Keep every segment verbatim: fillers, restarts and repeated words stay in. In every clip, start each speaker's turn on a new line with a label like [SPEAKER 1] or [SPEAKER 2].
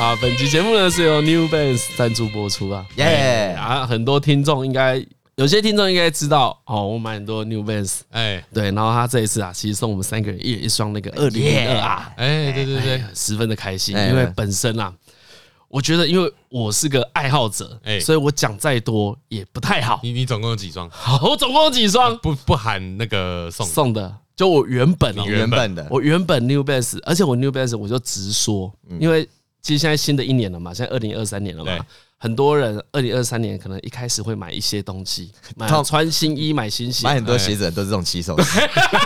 [SPEAKER 1] 啊，本期节目呢是由 New Balance 赞助播出啊，耶、yeah. 啊，很多听众应该有些听众应该知道哦，我买很多 New Balance， 哎，对，然后他这一次啊，其实送我们三个人一人一双那个二零零二 R， 哎，对对对，十分的开心，因为本身啊。我觉得，因为我是个爱好者，欸、所以我讲再多也不太好。
[SPEAKER 2] 你你总共有几双？
[SPEAKER 1] 我总共有几双？
[SPEAKER 2] 不不含那个送
[SPEAKER 1] 送的，就我原本、
[SPEAKER 3] 喔、原本的，
[SPEAKER 1] 我原本 New Balance， 而且我 New Balance 我就直说，嗯、因为其实现在新的一年了嘛，现在二零二三年了嘛，很多人二零二三年可能一开始会买一些东西，买穿新衣、买新鞋，
[SPEAKER 3] 买很多鞋子都是这种起手式。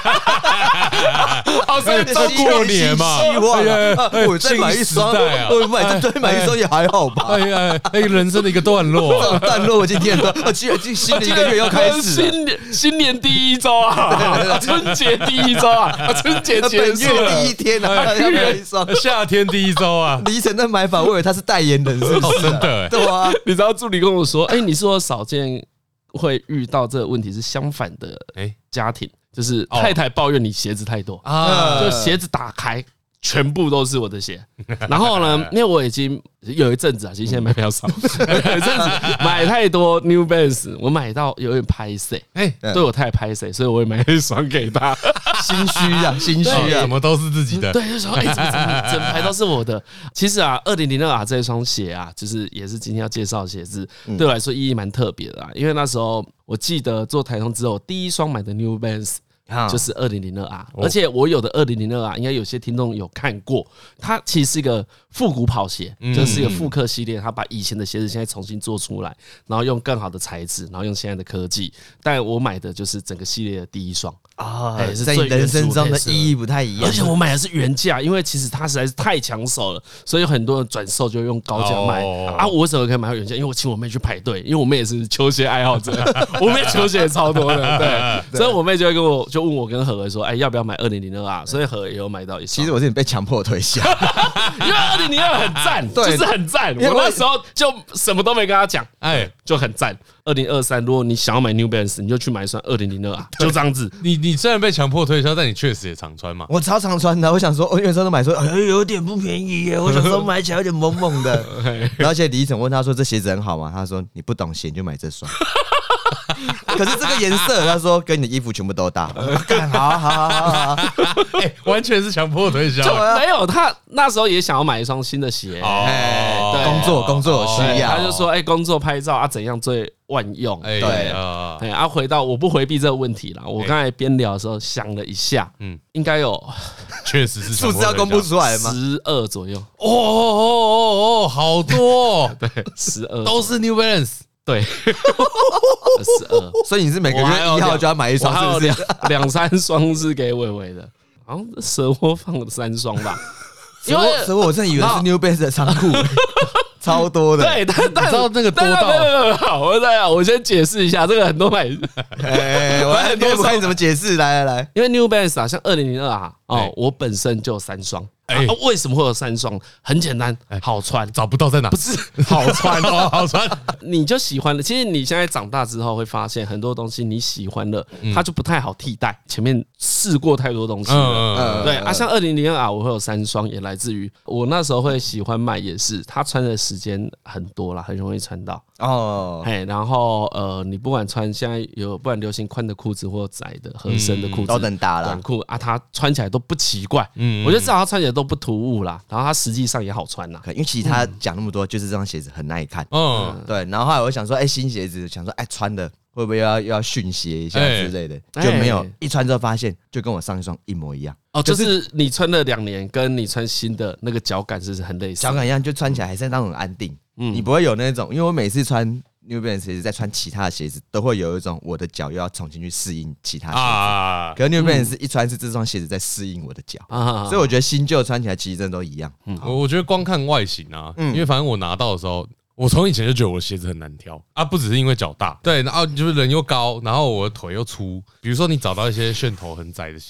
[SPEAKER 1] 好，所以
[SPEAKER 2] 都过年嘛，
[SPEAKER 3] 希望啊！我再买一双，我买再买一双也还好吧。
[SPEAKER 2] 哎呀，那个人生的一个段落，
[SPEAKER 3] 段落。我今天说，啊，新新的一个月要开始，
[SPEAKER 1] 新年新年第一周啊，春节第一周啊，春节结束
[SPEAKER 3] 第一天啊，要买一双。
[SPEAKER 2] 夏天第一周啊，
[SPEAKER 3] 李晨的买法，我以为他是代言人，是不是？
[SPEAKER 2] 真的，
[SPEAKER 3] 对啊。
[SPEAKER 1] 你知道助理跟我说，哎，你是我少见会遇到这个问题是相反的，哎，家庭。就是太太抱怨你鞋子太多啊，就鞋子打开全部都是我的鞋。然后呢，因为我已经有一阵子啊，其实现在买比较少，有一阵子买太多 New Balance， 我买到有点拍谁，哎，对我太拍谁，所以我也买一双给他。
[SPEAKER 3] 心虚啊，心虚啊，
[SPEAKER 2] 怎么都是自己的？
[SPEAKER 1] 对，就说哎，怎么怎么整排都是我的。其实啊，二零零二 R 这一双鞋啊，就是也是今天要介绍的鞋子，对我来说意义蛮特别的啊，因为那时候我记得做台通之后，第一双买的 New Balance。就是二零零二 R， 而且我有的二零零二 R， 应该有些听众有看过，它其实是一个复古跑鞋，就是一个复刻系列，它把以前的鞋子现在重新做出来，然后用更好的材质，然后用现在的科技。但我买的就是整个系列的第一双
[SPEAKER 3] 啊，在人生中的意义不太一样。
[SPEAKER 1] 而且我买的是原价，因为其实它实在是太抢手了，所以很多人转售就用高价卖啊。我为什么可以买到原价？因为我请我妹去排队，因为我妹也是球鞋爱好者，我妹球鞋也超多的，对，所以我妹就会跟我就。就问我跟何为说，哎，要不要买二零零二 R？ 所以何也有买到一双。
[SPEAKER 3] 其实我是被强迫推销，
[SPEAKER 1] 因为二零零二很赞，就是很赞。我那时候就什么都没跟他讲，哎，就很赞。二零二三，如果你想要买 New Balance， 你就去买一双二零零二 R， 就这样子。
[SPEAKER 2] 你你虽然被强迫推销，但你确实也常穿嘛。
[SPEAKER 3] 我超常穿的，我想说，我有时候都买说，哎，有点不便宜耶。我想说买起来有点懵懵的。然后而且李晨问他说，这鞋子很好吗？他说你不懂鞋，你就买这双。可是这个颜色，他说跟你的衣服全部都搭。好好好好好，
[SPEAKER 2] 哎，完全是强迫推销。
[SPEAKER 1] 没有，他那时候也想要买一双新的鞋。
[SPEAKER 3] 哦，工作工作有需要，
[SPEAKER 1] 他就说，哎，工作拍照啊，怎样最万用？对啊，哎，啊，回到我不回避这个问题啦。我刚才边聊的时候想了一下，嗯，应该有，
[SPEAKER 2] 确实是
[SPEAKER 3] 数字要公布出来吗？
[SPEAKER 1] 十二左右。
[SPEAKER 2] 哦哦哦哦，好多，
[SPEAKER 1] 对，十二
[SPEAKER 2] 都是 New Balance。
[SPEAKER 1] 对，十二，
[SPEAKER 3] 所以你是每个月一号就要买一双，是不是？
[SPEAKER 1] 两三双是给伟伟的，好像蛇窝放了三双吧。
[SPEAKER 3] 因为蛇窝我真的以为是 New Balance 的仓库，超多的。
[SPEAKER 1] 对，但但
[SPEAKER 2] 你知道那个多到
[SPEAKER 1] 好，我再我先解释一下，这个很多买，
[SPEAKER 3] 哎，我很多我看你怎么解释，来来来，
[SPEAKER 1] 因为 New Balance 啊，像二零零二啊，哦，我本身就有三双。哎、啊，为什么会有三双？很简单，好穿，
[SPEAKER 2] 找不到在哪？
[SPEAKER 1] 不是好穿
[SPEAKER 2] 哦，好穿，
[SPEAKER 1] 你就喜欢了。其实你现在长大之后会发现，很多东西你喜欢了，它就不太好替代。前面试过太多东西了，对啊，像二零零二 R， 我会有三双，也来自于我那时候会喜欢买，也是它穿的时间很多啦，很容易穿到哦。嘿，然后呃，你不管穿现在有不管流行宽的裤子或窄的合身的裤子，
[SPEAKER 3] 都能搭了，
[SPEAKER 1] 短裤啊，它穿起来都不奇怪。嗯，我觉得至少它穿起来都不突兀啦，然后它实际上也好穿啦。
[SPEAKER 3] 因为其实他讲那么多，就是这双鞋子很耐看。嗯，对。然后后来我想说，哎，新鞋子，想说，哎，穿的会不会要要训鞋一下之类的？就没有，一穿之后发现，就跟我上一双一模一样。
[SPEAKER 1] 哦，就是你穿了两年，跟你穿新的那个脚感是很类似，
[SPEAKER 3] 脚感一样，就穿起来还是那种安定。嗯，你不会有那种，因为我每次穿 New Balance 鞋子，在穿其他的鞋子，都会有一种我的脚又要重新去适应其他鞋子。啊，可是 New Balance 一穿是这双鞋子在适应我的脚，啊，所以我觉得新旧穿起来其实真的都一样。
[SPEAKER 2] 嗯，我觉得光看外形啊，因为反正我拿到的时候。我从以前就觉得我的鞋子很难挑啊，不只是因为脚大，对，然后就是人又高，然后我的腿又粗。比如说你找到一些楦头很窄的鞋子，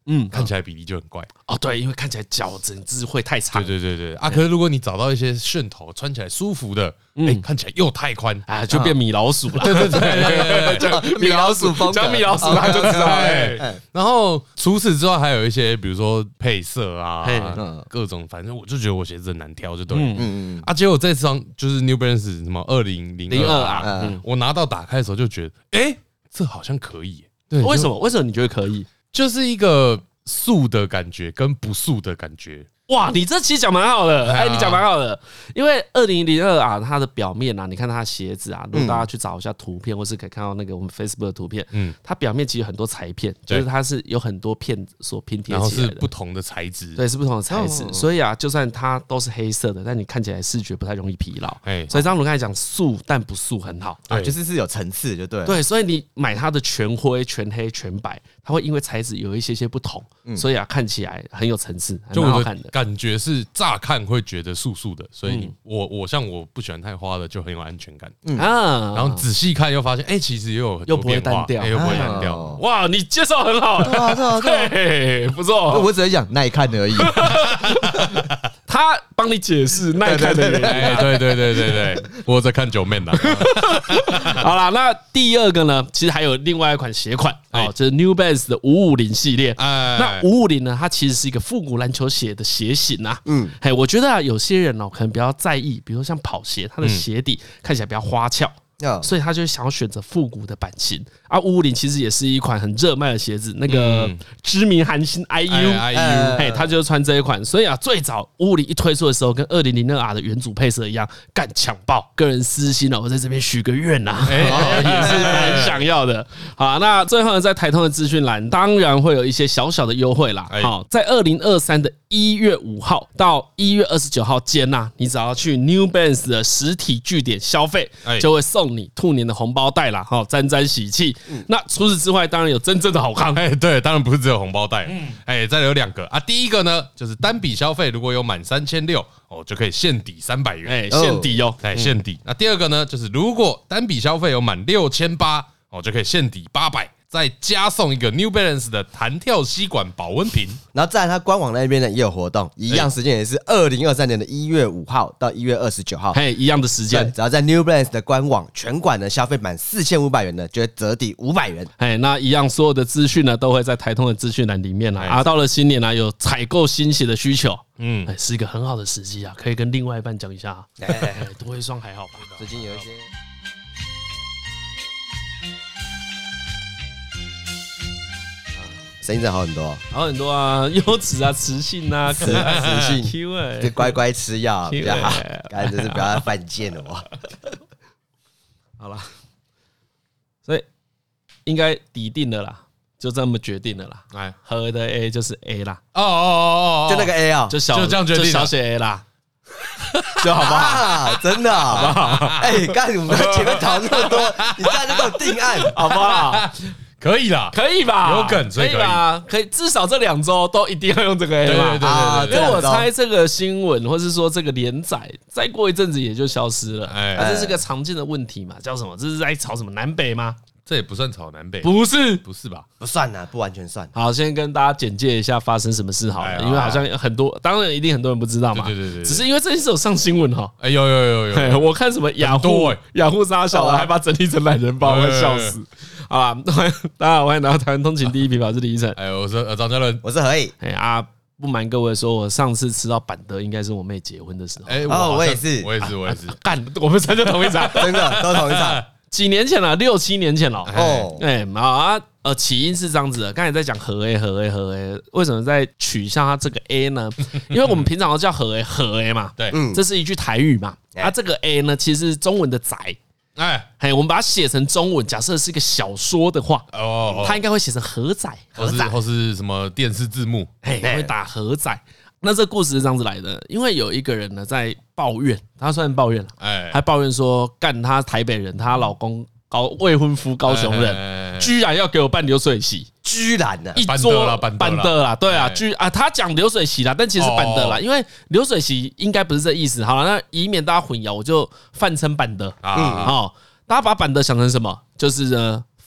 [SPEAKER 2] 嗯，看起来比例就很怪
[SPEAKER 1] 哦。对，因为看起来脚整只会太长。
[SPEAKER 2] 对对对对啊！可是如果你找到一些楦头穿起来舒服的，哎，看起来又太宽
[SPEAKER 1] 啊，就变米老鼠了。
[SPEAKER 2] 对对对对，
[SPEAKER 3] 米老鼠风格，
[SPEAKER 1] 讲米老鼠他就知道。
[SPEAKER 2] 然后除此之外，还有一些比如说配色啊，各种，反正我就觉得我鞋子很难挑，就对。嗯嗯啊，结果这双就是 New Balance 什么二零零二啊，我拿到打开的时候就觉得，哎，这好像可以。
[SPEAKER 1] 对，为什么？为什么你觉得可以？
[SPEAKER 2] 就是一个素的感觉跟不素的感觉。
[SPEAKER 1] 哇，你这期讲蛮好的，哎，你讲蛮好的，因为二零零二啊，它的表面啊，你看它的鞋子啊，如果大家去找一下图片，或是可以看到那个我们 Facebook 的图片，嗯，它表面其实有很多裁片，就是它是有很多片所拼贴起来的，
[SPEAKER 2] 然后是不同的材质，
[SPEAKER 1] 对，是不同的材质，所以啊，就算它都是黑色的，但你看起来视觉不太容易疲劳，哎，所以张鲁刚才讲素但不素很好，
[SPEAKER 3] 啊，就是是有层次，就对，
[SPEAKER 1] 对，所以你买它的全灰、全黑、全白，它会因为材质有一些些不同，所以啊，看起来很有层次，很好看的，
[SPEAKER 2] 感觉是。乍看会觉得素素的，所以我我像我不喜欢太花的，就很有安全感啊。然后仔细看又发现，哎，其实也有
[SPEAKER 1] 又不会单调，
[SPEAKER 2] 又不会单调。
[SPEAKER 1] 哇，你介绍很好，
[SPEAKER 3] 对啊对啊对
[SPEAKER 1] 啊，不错。
[SPEAKER 3] 我只是讲耐看而已。
[SPEAKER 1] 他帮你解释耐看的原因，
[SPEAKER 2] 对对对对对，我在看九妹呢。
[SPEAKER 1] 好啦，那第二个呢，其实还有另外一款鞋款哦，就是 New Balance 的五五零系列。那五五零呢，它其实是一个复古篮球鞋的鞋型啊。嗯，嘿，我觉得啊，有些人哦，可能比较在意，比如说像跑鞋，它的鞋底看起来比较花俏。所以他就想要选择复古的版型啊。五五零其实也是一款很热卖的鞋子，那个知名韩星 I U， 哎，他就穿这一款。所以啊，最早五五零一推出的时候，跟二零零二 R 的原主配色一样，干抢爆。个人私心呢，我在这边许个愿呐，也是很想要的。好，那最后呢，在台通的资讯栏，当然会有一些小小的优惠啦。好，在二零二三的一月五号到一月二十九号间呐，你只要去 New Balance 的实体据点消费，就会送你兔年的红包袋啦，哈，沾沾喜气。那除此之外，当然有真正的好康。
[SPEAKER 2] 哎，对，当然不是只有红包袋。嗯，哎，再有两个啊。第一个呢，就是单笔消费如果有满三千六哦，就可以现抵三百元。
[SPEAKER 1] 哎，现抵哦，
[SPEAKER 2] 哎，现抵。那第二个呢，就是如果单笔消费有满六千八哦，就可以现抵八百。再加送一个 New Balance 的弹跳吸管保温瓶，
[SPEAKER 3] 然后在它官网那边呢也有活动，一样时间也是二零二三年的一月五号到一月二十九号，
[SPEAKER 1] 嘿，一样的时间，
[SPEAKER 3] 只要在 New Balance 的官网全馆呢消费满四千五百元呢，就会折抵五百元。
[SPEAKER 1] 哎，那一样所有的资讯呢都会在台通的资讯栏里面啦。啊，到了新年呢，有采购新鞋的需求，嗯，哎，是一个很好的时机啊，可以跟另外一半讲一下，哎，多一双还好吧？
[SPEAKER 3] 最近有一些。声音真好很多，
[SPEAKER 1] 好很多啊，优质啊，磁性啊，
[SPEAKER 3] 磁磁性
[SPEAKER 1] ，Q 哎，
[SPEAKER 3] 就乖乖吃药比较好，干就是不要犯贱了我。
[SPEAKER 1] 好了，所以应该底定了啦，就这么决定了啦。哎，合的 A 就是 A 啦。
[SPEAKER 2] 哦哦哦哦，
[SPEAKER 3] 就那个 A 啊，
[SPEAKER 1] 就小
[SPEAKER 2] 就这样决定，
[SPEAKER 1] 就小写 A 啦。
[SPEAKER 3] 就好不好？真的好不好？哎，干我们前面讨论那么多，你现在就给我定案，
[SPEAKER 1] 好不好？
[SPEAKER 2] 可以啦，
[SPEAKER 1] 可以吧？
[SPEAKER 2] 有梗，所以可以
[SPEAKER 1] 吧？可以，至少这两周都一定要用这个 A 嘛？
[SPEAKER 2] 对对对对，
[SPEAKER 1] 因为我猜这个新闻，或是说这个连载，再过一阵子也就消失了。哎，这是个常见的问题嘛？叫什么？这是在吵什么南北吗？
[SPEAKER 2] 这也不算吵南北，
[SPEAKER 1] 不是，
[SPEAKER 2] 不是吧？
[SPEAKER 3] 不算啊，不完全算。
[SPEAKER 1] 好，先跟大家简介一下发生什么事好了，因为好像很多，当然一定很多人不知道嘛。
[SPEAKER 2] 对对对，
[SPEAKER 1] 只是因为这件事有上新闻哈。
[SPEAKER 2] 哎，有有有有，
[SPEAKER 1] 我看什么雅虎雅虎杀小的，还把整理成懒人包，我笑死。好啦，大家好，欢迎来到台湾通勤第一品牌，我是李依晨。
[SPEAKER 2] 哎，我是张嘉伦，
[SPEAKER 3] 我是何以。
[SPEAKER 1] 哎啊，不瞒各位说，我上次吃到板德，应该是我妹结婚的时候。
[SPEAKER 2] 哎，
[SPEAKER 3] 哦，我也是，
[SPEAKER 2] 我也是，我也是。
[SPEAKER 1] 干，我们参加同一场，
[SPEAKER 3] 真的都同一场。
[SPEAKER 1] 几年前了，六七年前了。哦，哎，啊，呃，起因是这样子的。刚才在讲和 A 和 A 和 A， 为什么在取消它这个 A 呢？因为我们平常都叫和 A 和 A 嘛，对，这是一句台语嘛。啊，这个 A 呢，其实是中文的仔。哎，嘿，我们把它写成中文，假设是一个小说的话，哦，它应该会写成和仔，
[SPEAKER 2] 或是或是什么电视字幕，
[SPEAKER 1] 嘿，会打和仔。那这故事是这样子来的，因为有一个人呢在抱怨，他算抱怨了，哎，还抱怨说，干她台北人，她老公高未婚夫高雄人，居然要给我办流水席，
[SPEAKER 3] 居然呢，
[SPEAKER 1] 一桌办的啦，对啊，居啊，他讲流水席啦，但其实是办的啦，因为流水席应该不是这意思。好了，那以免大家混淆，我就泛称板的啊，好，大家把板的想成什么？就是呢。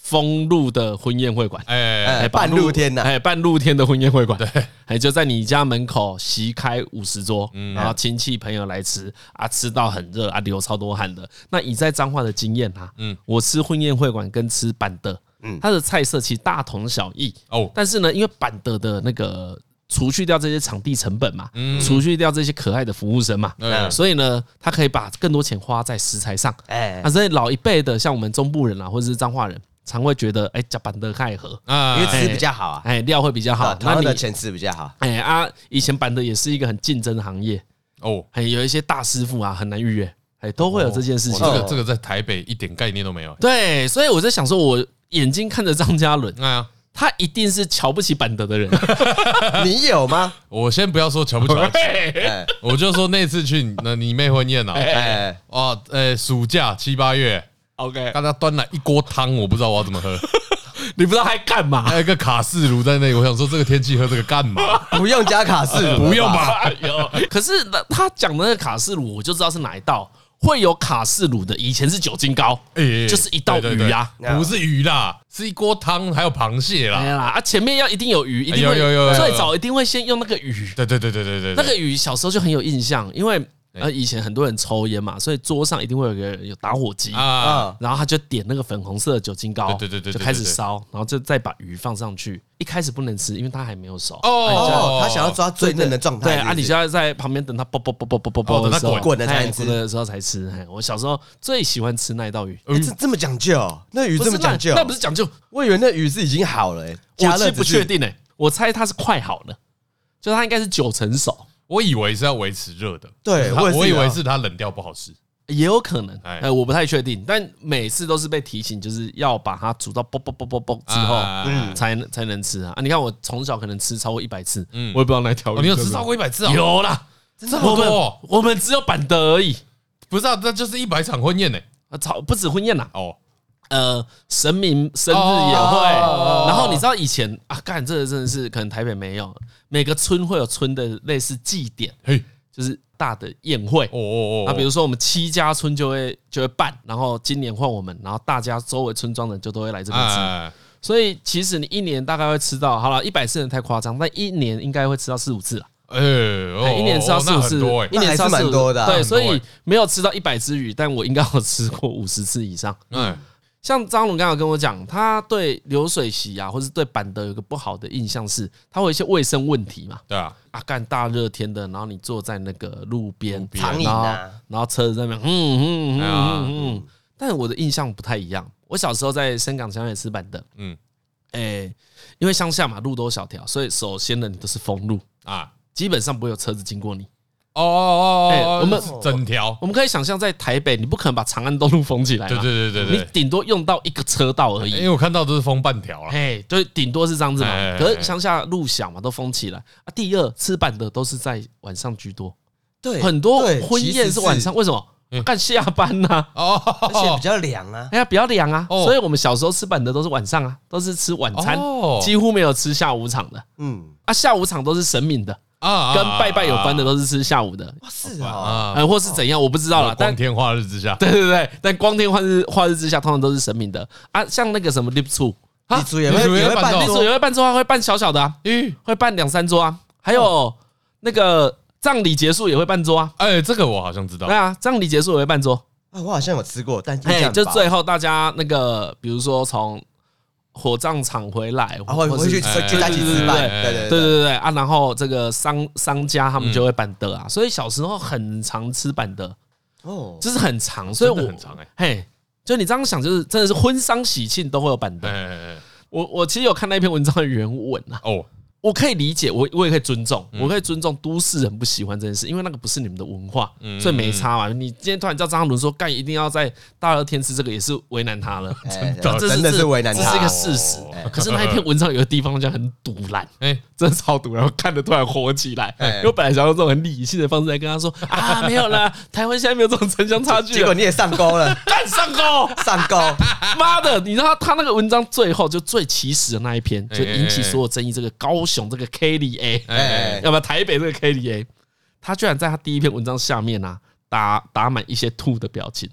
[SPEAKER 1] 封路的婚宴会馆，
[SPEAKER 3] 哎哎，半露天呐，
[SPEAKER 1] 哎，半露天的婚宴会馆，对，哎，就在你家门口席开五十桌，然后亲戚朋友来吃啊，吃到很热啊，流超多汗的。那以在彰化的经验啊，嗯，我吃婚宴会馆跟吃板的，嗯，它的菜色其实大同小异哦，但是呢，因为板的的那个。除去掉这些场地成本嘛，嗯、除去掉这些可爱的服务生嘛，嗯、所以呢，他可以把更多钱花在食材上。哎，啊，所以老一辈的像我们中部人啊，或者是彰化人，常会觉得，哎，加板的太合
[SPEAKER 3] 啊，因为吃比较好啊，
[SPEAKER 1] 哎，料会比较好，
[SPEAKER 3] 那你的钱吃比较好。
[SPEAKER 1] 哎啊，以前板的也是一个很竞争的行业哦，还有一些大师傅啊，很难预约，哎，都会有这件事情。
[SPEAKER 2] 这个这个在台北一点概念都没有。
[SPEAKER 1] 对，所以我在想说，我眼睛看着张嘉伦，哎呀。他一定是瞧不起板德的人，
[SPEAKER 3] 你有吗？
[SPEAKER 2] 我先不要说瞧不瞧不起，我就说那次去那你妹婚宴啊，哎，哇，呃，暑假七八月 ，OK， 刚刚端来一锅汤，我不知道我要怎么喝，
[SPEAKER 1] 你不知道还干嘛？
[SPEAKER 2] 还有一个卡式炉在那里，我想说这个天气喝这个干嘛？
[SPEAKER 3] 不用加卡式炉，
[SPEAKER 2] 不用吧？
[SPEAKER 1] 有，可是他讲的那个卡式炉，我就知道是哪一道。会有卡式卤的，以前是酒精膏，就是一道鱼啊，
[SPEAKER 2] 不是鱼啦，是一锅汤，还有螃蟹啦，
[SPEAKER 1] 啦啊，前面要一定有鱼，一定会最早一定会先用那个鱼，
[SPEAKER 2] 对对对对对对，
[SPEAKER 1] 那个鱼小时候就很有印象，因为呃以前很多人抽烟嘛，所以桌上一定会有个人有打火机啊，然后他就点那个粉红色的酒精膏，对对对，就开始烧，然后就再把鱼放上去。一开始不能吃，因为它还没有熟。
[SPEAKER 3] 哦，他想要抓最嫩的状态。
[SPEAKER 1] 对啊，你就要在旁边等它啵啵啵啵啵啵啵
[SPEAKER 3] 的时候，滚的才
[SPEAKER 1] 吃的时候才吃。我小时候最喜欢吃那一道鱼，
[SPEAKER 3] 这这么讲究，那鱼这么讲究，
[SPEAKER 1] 那不是讲究，
[SPEAKER 3] 我以为那鱼是已经好了。
[SPEAKER 1] 我其实不确定诶，我猜它是快好了，就它应该是九成熟。
[SPEAKER 2] 我以为是要维持热的，
[SPEAKER 3] 对，
[SPEAKER 2] 我以为是它冷掉不好吃。
[SPEAKER 1] 也有可能，哎，我不太确定，但每次都是被提醒，就是要把它煮到啵啵啵啵啵之后，嗯，才才能吃啊！你看我从小可能吃超过一百次，嗯，我也不知道哪条鱼。
[SPEAKER 2] 你有吃超过一百次啊？
[SPEAKER 1] 有啦，
[SPEAKER 2] 这么多，
[SPEAKER 1] 我们只有板德而已，
[SPEAKER 2] 不是啊？那就是一百场婚宴呢，
[SPEAKER 1] 啊，超不止婚宴呐，哦，呃，神明生日也会，然后你知道以前啊，干这个真的是可能台北没有，每个村会有村的类似祭典，嘿，就是。大的宴会哦哦哦，啊，比如说我们七家村就会就会办，然后今年换我们，然后大家周围村庄的人就都会来这边吃，所以其实你一年大概会吃到，好了，一百次人太夸张，但一年应该会吃到四五次了。哎，一年吃到四五次，一年吃到
[SPEAKER 3] 蛮多的，
[SPEAKER 1] 对，所以没有吃到一百只鱼，但我应该有吃过五十次以上。嗯。像张龙刚刚跟我讲，他对流水席啊，或是对板德有个不好的印象是，他会有一些卫生问题嘛。
[SPEAKER 2] 对啊，
[SPEAKER 1] 啊干大热天的，然后你坐在那个路边，
[SPEAKER 3] 苍蝇啊，
[SPEAKER 1] 然后车子在那边，嗯嗯嗯嗯嗯。但我的印象不太一样，我小时候在深港乡也吃板德，嗯，哎，因为乡下嘛，路都小条，所以首先呢，你都是封路啊，基本上不会有车子经过你。
[SPEAKER 2] 哦哦哦，
[SPEAKER 1] 我们
[SPEAKER 2] 整条，
[SPEAKER 1] 我们可以想象，在台北，你不可能把长安东路封起来，
[SPEAKER 2] 对对对对，
[SPEAKER 1] 你顶多用到一个车道而已。
[SPEAKER 2] 因为我看到都是封半条了，
[SPEAKER 1] 哎，对，顶多是这样子嘛。可是乡下路小嘛，都封起来啊。第二，吃板的都是在晚上居多，
[SPEAKER 3] 对，
[SPEAKER 1] 很多婚宴是晚上，为什么？干下班呐，哦，
[SPEAKER 3] 而且比较凉啊，
[SPEAKER 1] 哎呀，比较凉啊，所以我们小时候吃板的都是晚上啊，都是吃晚餐，几乎没有吃下午场的。嗯，啊，下午场都是神明的。啊，跟拜拜有关的都是吃下午的，
[SPEAKER 3] 是啊，
[SPEAKER 1] 呃，或是怎样，我不知道啦。
[SPEAKER 2] 光天化日之下，
[SPEAKER 1] 对对对，但光天化日化日之下，通常都是神明的啊。像那个什么立醋，
[SPEAKER 3] 立醋也会也会办，
[SPEAKER 1] 立醋也会办桌啊，会办小小的啊，会办两三桌啊。还有那个葬礼结束也会办桌啊。
[SPEAKER 2] 哎，这个我好像知道。
[SPEAKER 1] 对啊，葬礼结束也会办桌
[SPEAKER 3] 啊，我好像有吃过，但
[SPEAKER 1] 哎，就最后大家那个，比如说从。火葬场回来，
[SPEAKER 3] 会回去聚在一起吃饭，对对对
[SPEAKER 1] 对对啊，然后这个商商家他们就会板德啊，所以小时候很常吃板德哦，就是很长，所以我
[SPEAKER 2] 很长哎，
[SPEAKER 1] 嘿，就你这样想，就是真的是婚丧喜庆都会有板德。我我其实有看那篇文章的原文啊，哦。我可以理解，我我也可以尊重，我可以尊重都市人不喜欢这件事，因为那个不是你们的文化，所以没差嘛。你今天突然叫张翰伦说干一定要在大热天吃这个，也是为难他了，
[SPEAKER 3] 真的是为难他，
[SPEAKER 1] 这是一个事实。可是那一篇文章有个地方讲很堵烂，哎，真的超堵，然后看得突然火起来。因为我本来想用这种很理性的方式来跟他说啊，没有啦，台湾现在没有这种城乡差距，
[SPEAKER 3] 结果你也上钩了，
[SPEAKER 1] 干上钩，
[SPEAKER 3] 上钩，
[SPEAKER 1] 妈的！你知道他那个文章最后就最起始的那一篇，就引起所有争议，这个高雄这个 K 里 A， 哎，要不要台北这个 K 里 A， 他居然在他第一篇文章下面啊打打满一些吐的表情，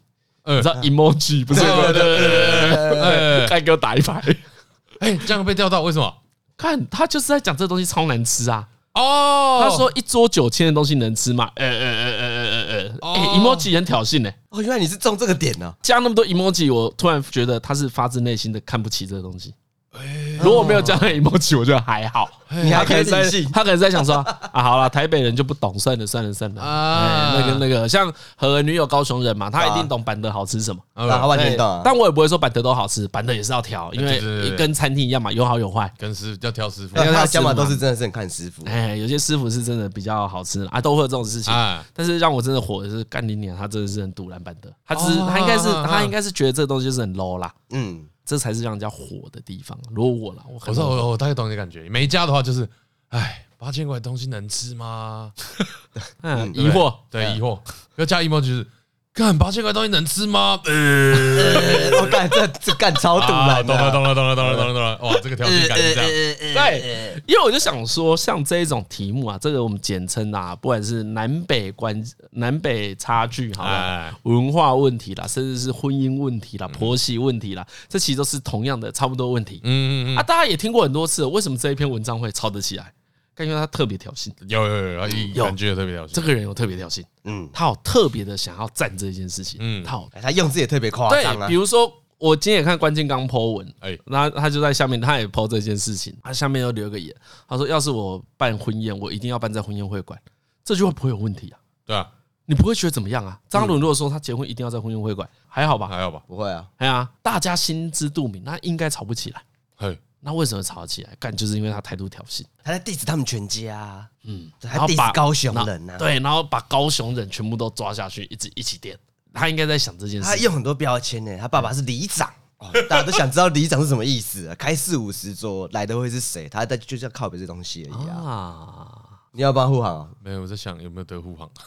[SPEAKER 1] 你知道 emoji 不是？对对对对，该给我打一排。
[SPEAKER 2] 哎，这样被钓到，为什么？
[SPEAKER 1] 看他就是在讲这东西超难吃啊。
[SPEAKER 2] 哦，
[SPEAKER 1] 他说一桌九千的东西能吃吗？呃呃呃呃呃呃呃，哎 ，emoji 很挑衅呢。
[SPEAKER 3] 哦，原来你是中这个点呢。
[SPEAKER 1] 加那么多 emoji， 我突然觉得他是发自内心的看不起这个东西。如果没有加那 emoji， 我觉得还好。
[SPEAKER 3] 你还可以理性，
[SPEAKER 1] 他可能在想说啊，好了，台北人就不懂，算了算了算了。啊，那个那个，像和女友高雄人嘛，他一定懂板德好吃什么，
[SPEAKER 3] 他完全懂。
[SPEAKER 1] 但我也不会说板德都好吃，板德也是要挑，因为跟餐厅一样嘛，有好有坏。
[SPEAKER 2] 跟师要挑师傅，
[SPEAKER 3] 他讲法都是真的是很看师傅。
[SPEAKER 1] 哎，有些师傅是真的比较好吃啊，都会有这种事情。但是让我真的火的是干你娘，他真的是很堵拦板德，他只是他应该是他应该是觉得这个东西就是很 low 啦。嗯。这才是让人家火的地方。如果我啦，我
[SPEAKER 2] 我说我我大概懂你的感觉。每一家的话就是，哎，八千块东西能吃吗？
[SPEAKER 1] 嗯，疑惑，
[SPEAKER 2] 对疑惑。要加 emo 就是，干八千块东西能吃吗？呃，
[SPEAKER 3] 我干这这干超堵了。
[SPEAKER 2] 懂了懂了懂了懂了懂了懂了。哇，这个挑衅感是这样。
[SPEAKER 1] 对，因为我就想说，像这一种题目啊，这个我们简称啊，不管是南北关南北差距，好了，文化问题啦，甚至是婚姻问题啦、婆媳问题啦，这其实都是同样的差不多问题。嗯嗯嗯。啊，大家也听过很多次，为什么这一篇文章会吵得起来？因为他特别挑衅，
[SPEAKER 2] 有有有，有感觉特别挑衅。
[SPEAKER 1] 这个人有特别挑衅，嗯，他有特别的想要赞这件事情，嗯，他
[SPEAKER 3] 他用字也特别夸张啊。
[SPEAKER 1] 比如说，我今天也看关键刚 po 文，哎，那他就在下面，他也 po 这件事情，他下面又留个言，他说：“要是我办婚宴，我一定要办在婚宴会馆。”这句话不会有问题啊？
[SPEAKER 2] 对啊，
[SPEAKER 1] 你不会觉得怎么样啊？张伦如果说他结婚一定要在婚宴会馆，还好吧？
[SPEAKER 2] 还好吧？
[SPEAKER 3] 不会啊，
[SPEAKER 1] 哎呀，大家心知肚明，那应该吵不起来。嘿。那为什么吵起来？干就是因为他态度挑衅，
[SPEAKER 3] 他在 diss 他们全家，嗯，还 diss 高雄人呐，
[SPEAKER 1] 对，然后把高雄人全部都抓下去，一直一起电。他应该在想这件事。
[SPEAKER 3] 他用很多标签呢，他爸爸是里长，大家都想知道里长是什么意思。开四五十桌来的会是谁？他在就是要靠北这东西而已啊。你要帮护航啊？
[SPEAKER 2] 没有，我在想有没有得护航。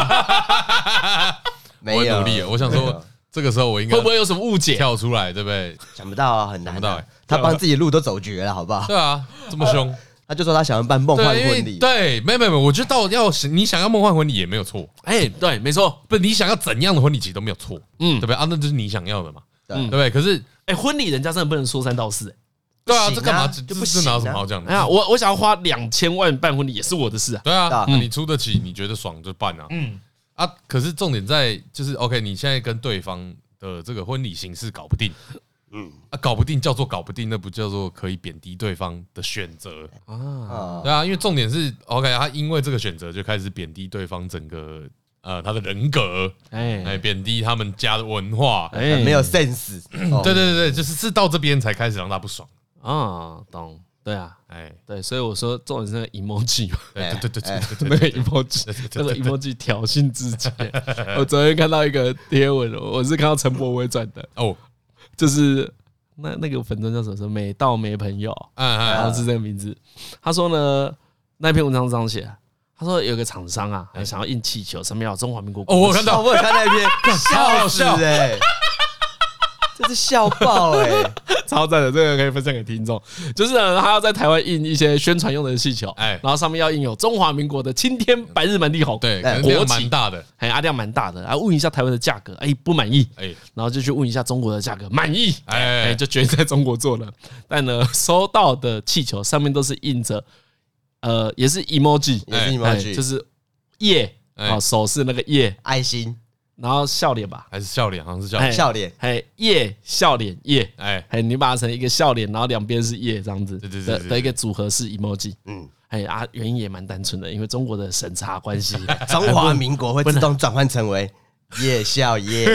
[SPEAKER 3] 没有，
[SPEAKER 2] 我努力了。我想说。这个时候我应该
[SPEAKER 1] 会不会有什么误解
[SPEAKER 2] 跳出来，对不对？
[SPEAKER 3] 想不到啊，很难。想不到，他帮自己路都走绝了，好不好？
[SPEAKER 2] 对啊，这么凶，
[SPEAKER 3] 他就说他想要办梦幻婚礼。
[SPEAKER 2] 对，没有没有，我觉得到要你想要梦幻婚礼也没有错。
[SPEAKER 1] 哎，对，没错，
[SPEAKER 2] 不，你想要怎样的婚礼其实都没有错，嗯，对不对啊？那就是你想要的嘛，对不对？可是，
[SPEAKER 1] 哎，婚礼人家真的不能说三道四，哎，
[SPEAKER 2] 对啊，这干嘛？就不是哪有什么好讲的？
[SPEAKER 1] 哎呀，我我想要花两千万办婚礼也是我的事啊。
[SPEAKER 2] 对啊，你出得起，你觉得爽就办啊。嗯啊，可是重点在就是 OK， 你现在跟对方的这个婚礼形式搞不定，嗯啊，搞不定叫做搞不定，那不叫做可以贬低对方的选择啊？对啊，因为重点是 OK， 他因为这个选择就开始贬低对方整个呃他的人格，哎哎，贬低他们家的文化，
[SPEAKER 3] 哎，没有 sense。
[SPEAKER 2] 对对对对，就是是到这边才开始让他不爽
[SPEAKER 1] 啊，懂。对啊，哎，对，所以我说重点是那个 emoji 嘛，
[SPEAKER 2] 对对对对，
[SPEAKER 1] 那个 emoji， 那个 emoji 挑衅自己。我昨天看到一个贴文，我是看到陈柏惟转的哦，就是那那个粉专叫什么？美到没朋友，然后是这个名字。他说呢，那篇文章这样写，他说有个厂商啊，想要印气球，上面有中华民国。
[SPEAKER 2] 哦，我看到，
[SPEAKER 3] 我有看那篇，笑死哎。这是笑爆哎、欸，
[SPEAKER 1] 超赞的！这个可以分享给听众。就是呢，他要在台湾印一些宣传用的气球，哎，然后上面要印有中华民国的青天白日满地红，
[SPEAKER 2] 对，国旗蛮大的，
[SPEAKER 1] 哎，阿亮蛮大的。然后问一下台湾的价格，哎，不满意，哎，然后就去问一下中国的价格，满意，哎，就决定在中国做了。但呢，收到的气球上面都是印着，呃，也是 emoji，
[SPEAKER 3] 也是 emoji，
[SPEAKER 1] 就是耶，啊，手是那个耶，
[SPEAKER 3] 爱心。
[SPEAKER 1] 然后笑脸吧，
[SPEAKER 2] 还是笑脸，好像是笑脸，
[SPEAKER 3] 笑脸，
[SPEAKER 1] 哎，耶，笑脸，耶，哎，哎，你把它成一个笑脸，然后两边是耶，这样子的的一个组合式 emoji， 嗯，哎啊，原因也蛮单纯的，因为中国的审查关系，
[SPEAKER 3] 中华民国会自动转换成为耶笑耶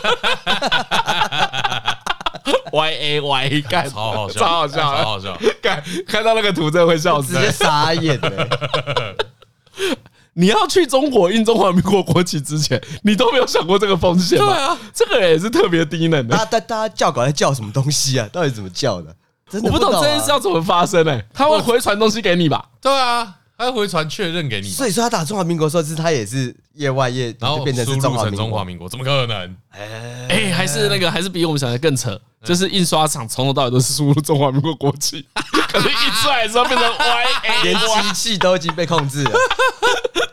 [SPEAKER 1] ，Y A Y， 干，
[SPEAKER 2] 超好笑，
[SPEAKER 1] 超好笑，
[SPEAKER 2] 超好笑，
[SPEAKER 1] 干，看到那个图真的会笑死，
[SPEAKER 3] 直接傻眼嘞。
[SPEAKER 1] 你要去中国印中华民国国旗之前，你都没有想过这个风险吗？对啊，这个人也是特别低能的。
[SPEAKER 3] 大大大家叫稿在叫什么东西啊？到底怎么叫的？真的
[SPEAKER 1] 我不懂这件事要怎么发生哎，他会回传东西给你吧？
[SPEAKER 2] 对啊，他会回传确认给你。
[SPEAKER 3] 所以说他打中华民国的时候，是他也是夜外夜，
[SPEAKER 2] 然后
[SPEAKER 3] 变成是中华
[SPEAKER 2] 民国，怎么可能？
[SPEAKER 1] 哎，还是那个还是比我们想的更扯。就是印刷厂从头到尾都是输入中华民国国旗，可是印出来的时候变成 Y A，
[SPEAKER 3] 连机器都已经被控制了，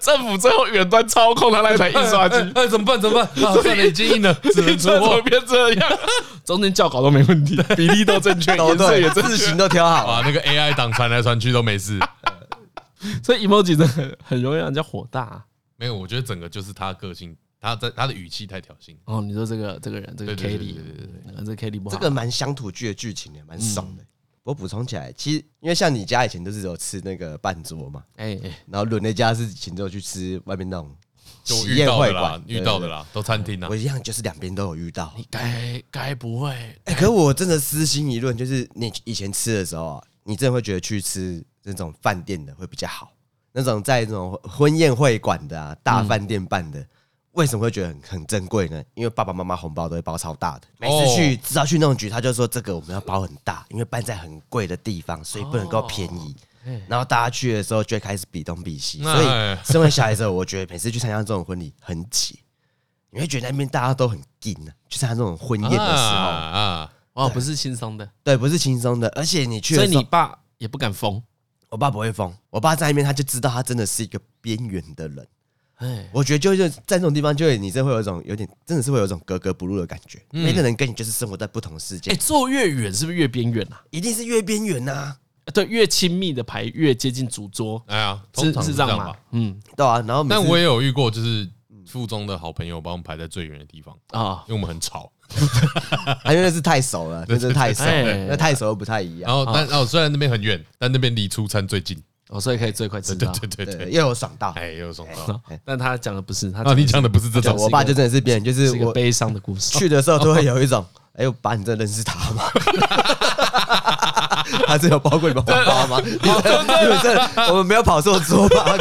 [SPEAKER 1] 政府最后远端操控他那台印刷机，
[SPEAKER 2] 哎，怎么办？怎么办？啊，算了，已经印了，只能出货，
[SPEAKER 1] 变这样，中间校稿都没问题，比例都正确，颜色也正确，
[SPEAKER 3] 字型都挑好
[SPEAKER 2] 啊，那个 A I 档传来传去都没事。
[SPEAKER 1] 所以 emoji 真的很很容易让人家火大、啊。
[SPEAKER 2] 没有，我觉得整个就是他的个性，他在他的语气太挑衅。
[SPEAKER 1] 哦，你说这个这个人，这个 Kelly， 对对对，这个 Kelly 不好。
[SPEAKER 3] 这个蛮乡土剧的剧情的，蛮爽的。我补充起来，其实因为像你家以前都是有吃那个半桌嘛，哎，然后伦那家是以前都有去吃外面那种喜宴会馆
[SPEAKER 2] 遇到的啦，都餐厅啊。
[SPEAKER 3] 我一样就是两边都有遇到。
[SPEAKER 1] 你该该不会？
[SPEAKER 3] 哎，可我真的私心一论，就是你以前吃的时候啊，你真的会觉得去吃那种饭店的会比较好。那种在那种婚宴会馆的啊，大饭店办的，为什么会觉得很很珍贵呢？因为爸爸妈妈红包都会包超大的，每次去只要去那种局，他就说这个我们要包很大，因为办在很贵的地方，所以不能够便宜。然后大家去的时候就会开始比东比西，所以身为小孩子，我觉得每次去参加这种婚礼很挤，你会觉得那边大家都很硬啊，就参加这种婚宴的时候啊，
[SPEAKER 1] 哦，不是轻松的，
[SPEAKER 3] 对，不是轻松的，而且你去，
[SPEAKER 1] 所以你爸也不敢疯。
[SPEAKER 3] 我爸不会疯，我爸在那边他就知道他真的是一个边缘的人。哎，我觉得就是在这种地方，就会你真的会有一种有点，真的是会有一种格格不入的感觉。嗯、每个人跟你就是生活在不同世界。
[SPEAKER 1] 哎，坐越远是不是越边缘啊？
[SPEAKER 3] 一定是越边缘呐。
[SPEAKER 1] 对，越亲密的牌越接近主桌。
[SPEAKER 2] 哎呀，
[SPEAKER 1] 是是这样吗？
[SPEAKER 3] 嗯，对啊。然后，
[SPEAKER 2] 但我也有遇过，就是附中的好朋友把我们排在最远的地方啊，因为我们很吵。
[SPEAKER 3] 因为那是太熟了，那是太熟了，那太熟又不太一样。
[SPEAKER 2] 然后，但哦，虽然那边很远，但那边离出餐最近，
[SPEAKER 1] 哦，所以可以最快吃到。
[SPEAKER 2] 对对对对，
[SPEAKER 3] 又有爽到，
[SPEAKER 2] 哎，又有爽到。
[SPEAKER 1] 但他讲的不是他，
[SPEAKER 2] 啊，你讲的不是这种。
[SPEAKER 3] 我爸就真的是别人，就是
[SPEAKER 1] 我悲伤的故事。
[SPEAKER 3] 去的时候都会有一种，哎，我爸，你真的认识他吗？他真有包过你们红包吗？你们这我们没有跑错桌吧？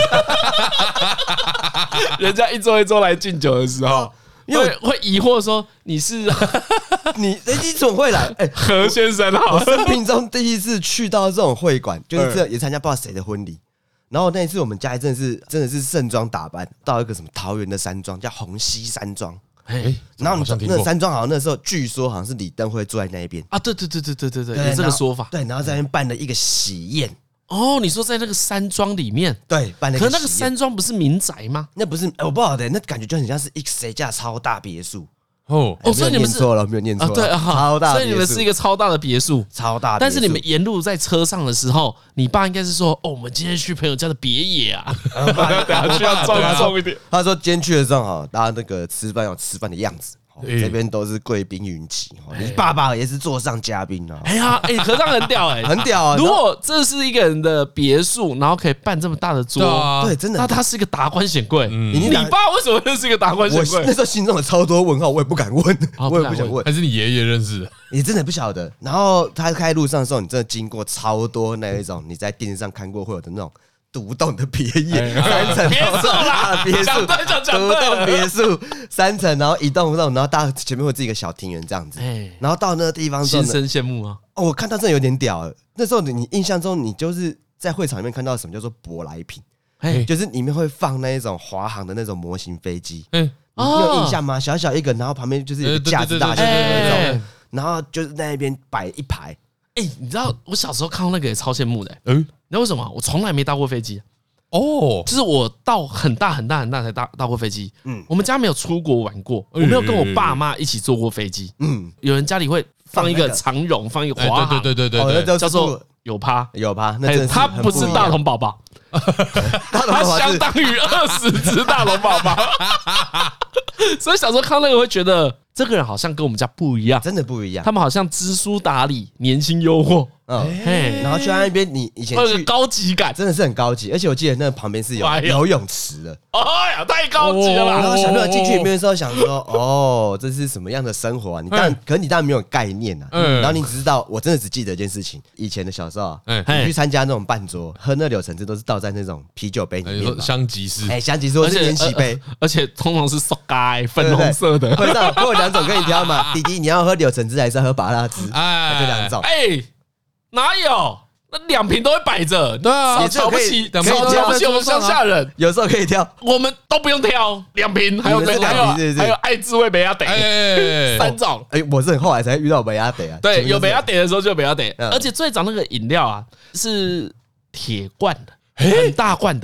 [SPEAKER 1] 人家一桌一桌来敬酒的时候。因为会疑惑说你是
[SPEAKER 3] 你，你怎么会来？哎，
[SPEAKER 1] 何先生好，
[SPEAKER 3] 我生命中第一次去到这种会馆，就是这也参加不知道谁的婚礼。然后那一次我们家真的是真的是盛装打扮，到一个什么桃园的山庄，叫虹溪山庄。哎，然后那山庄好像那时候据说好像是李登辉坐在那一边
[SPEAKER 1] 啊，对对对对对对对，有这个说法。
[SPEAKER 3] 对，然后在那边办了一个喜宴。
[SPEAKER 1] 哦，你说在那个山庄里面，
[SPEAKER 3] 对，办那
[SPEAKER 1] 个，可那个山庄不是民宅吗？
[SPEAKER 3] 那不是，我不晓得，那感觉就很像是一谁家超大别墅
[SPEAKER 1] 哦。哦，所以你们是
[SPEAKER 3] 错了，没有念错，
[SPEAKER 1] 对啊，
[SPEAKER 3] 超大，
[SPEAKER 1] 所以你们是一个超大的别墅，
[SPEAKER 3] 超大。
[SPEAKER 1] 但是你们沿路在车上的时候，你爸应该是说：“哦，我们今天去朋友家的别野啊，等下去要庄重一点。”
[SPEAKER 3] 他说：“今天去的时候，哈，大家那个吃饭有吃饭的样子。”这边都是贵宾云集，你爸爸也是座上嘉宾啊！
[SPEAKER 1] 哎呀，哎，可是很屌哎，
[SPEAKER 3] 很屌啊！
[SPEAKER 1] 如果这是一个人的别墅，然后可以办这么大的桌，
[SPEAKER 3] 对，真的，
[SPEAKER 1] 那他是一个达官显贵。你爸为什么认识一个达官显贵？
[SPEAKER 3] 那时候心中有超多问号，我也不敢问，我也不想问。
[SPEAKER 2] 还是你爷爷认识的？
[SPEAKER 3] 你真的不晓得。然后他开路上的时候，你真的经过超多那一种你在电视上看过会有的那种。独栋的别野，三层
[SPEAKER 1] 别墅啦，
[SPEAKER 3] 别墅，独栋别墅三层，然后一栋栋，然后大前面会自己一个小庭园这样子，然后到那个地方，
[SPEAKER 1] 心生羡慕啊！
[SPEAKER 3] 哦，我看到真的有点屌。那时候你印象中，你就是在会场里面看到什么叫做舶来品，就是里面会放那一种华航的那种模型飞机，你有印象吗？小小一个，然后旁边就是有个架子大小的那种，然后就是在那边摆一排。
[SPEAKER 1] 哎，你知道我小时候看到那个也超羡慕的，嗯，你知道为什么？我从来没搭过飞机哦，就是我到很大很大很大才搭搭过飞机。嗯，我们家没有出国玩过，我没有跟我爸妈一起坐过飞机。嗯，有人家里会放一个长荣，放一个华航，
[SPEAKER 2] 对对对对对，
[SPEAKER 1] 叫做有趴
[SPEAKER 3] 有趴，那
[SPEAKER 1] 它不是大同宝宝，它相当于二十只大同宝宝。所以小时候看那个会觉得。这个人好像跟我们家不一样，
[SPEAKER 3] 真的不一样。
[SPEAKER 1] 他们好像知书达理，年轻优渥，
[SPEAKER 3] 嗯，然后去那边，你以前
[SPEAKER 1] 会有个高级感，
[SPEAKER 3] 真的是很高级。而且我记得那旁边是有游泳池的，
[SPEAKER 1] 哎呀，太高级了吧！
[SPEAKER 3] 然后小朋友进去里面的时候，想说，哦，这是什么样的生活啊？你当然，可是你当然没有概念啊。然后你只知道，我真的只记得一件事情：以前的小时候，你去参加那种半桌，喝那柳橙汁都是倒在那种啤酒杯里面，
[SPEAKER 2] 香吉士，
[SPEAKER 3] 哎，香吉士或是延禧杯，
[SPEAKER 1] 而且通常是塑胶粉红色的，
[SPEAKER 3] 会上会有两种可以挑嘛。弟弟，你要喝柳橙汁还是喝芭乐汁？哎，就两种。
[SPEAKER 1] 哎，哪有？那两瓶都会摆着。
[SPEAKER 2] 对啊，
[SPEAKER 1] 也瞧不起，瞧不起我们乡下人。
[SPEAKER 3] 有时候可以挑，
[SPEAKER 1] 我们都不用挑，两瓶，还有还有还有爱滋味梅亚得，三种。
[SPEAKER 3] 哎，我是很后来才遇到梅亚得啊。
[SPEAKER 1] 对，有梅亚得的时候就梅亚得，而且最早那个饮料啊是铁罐的，很大罐的。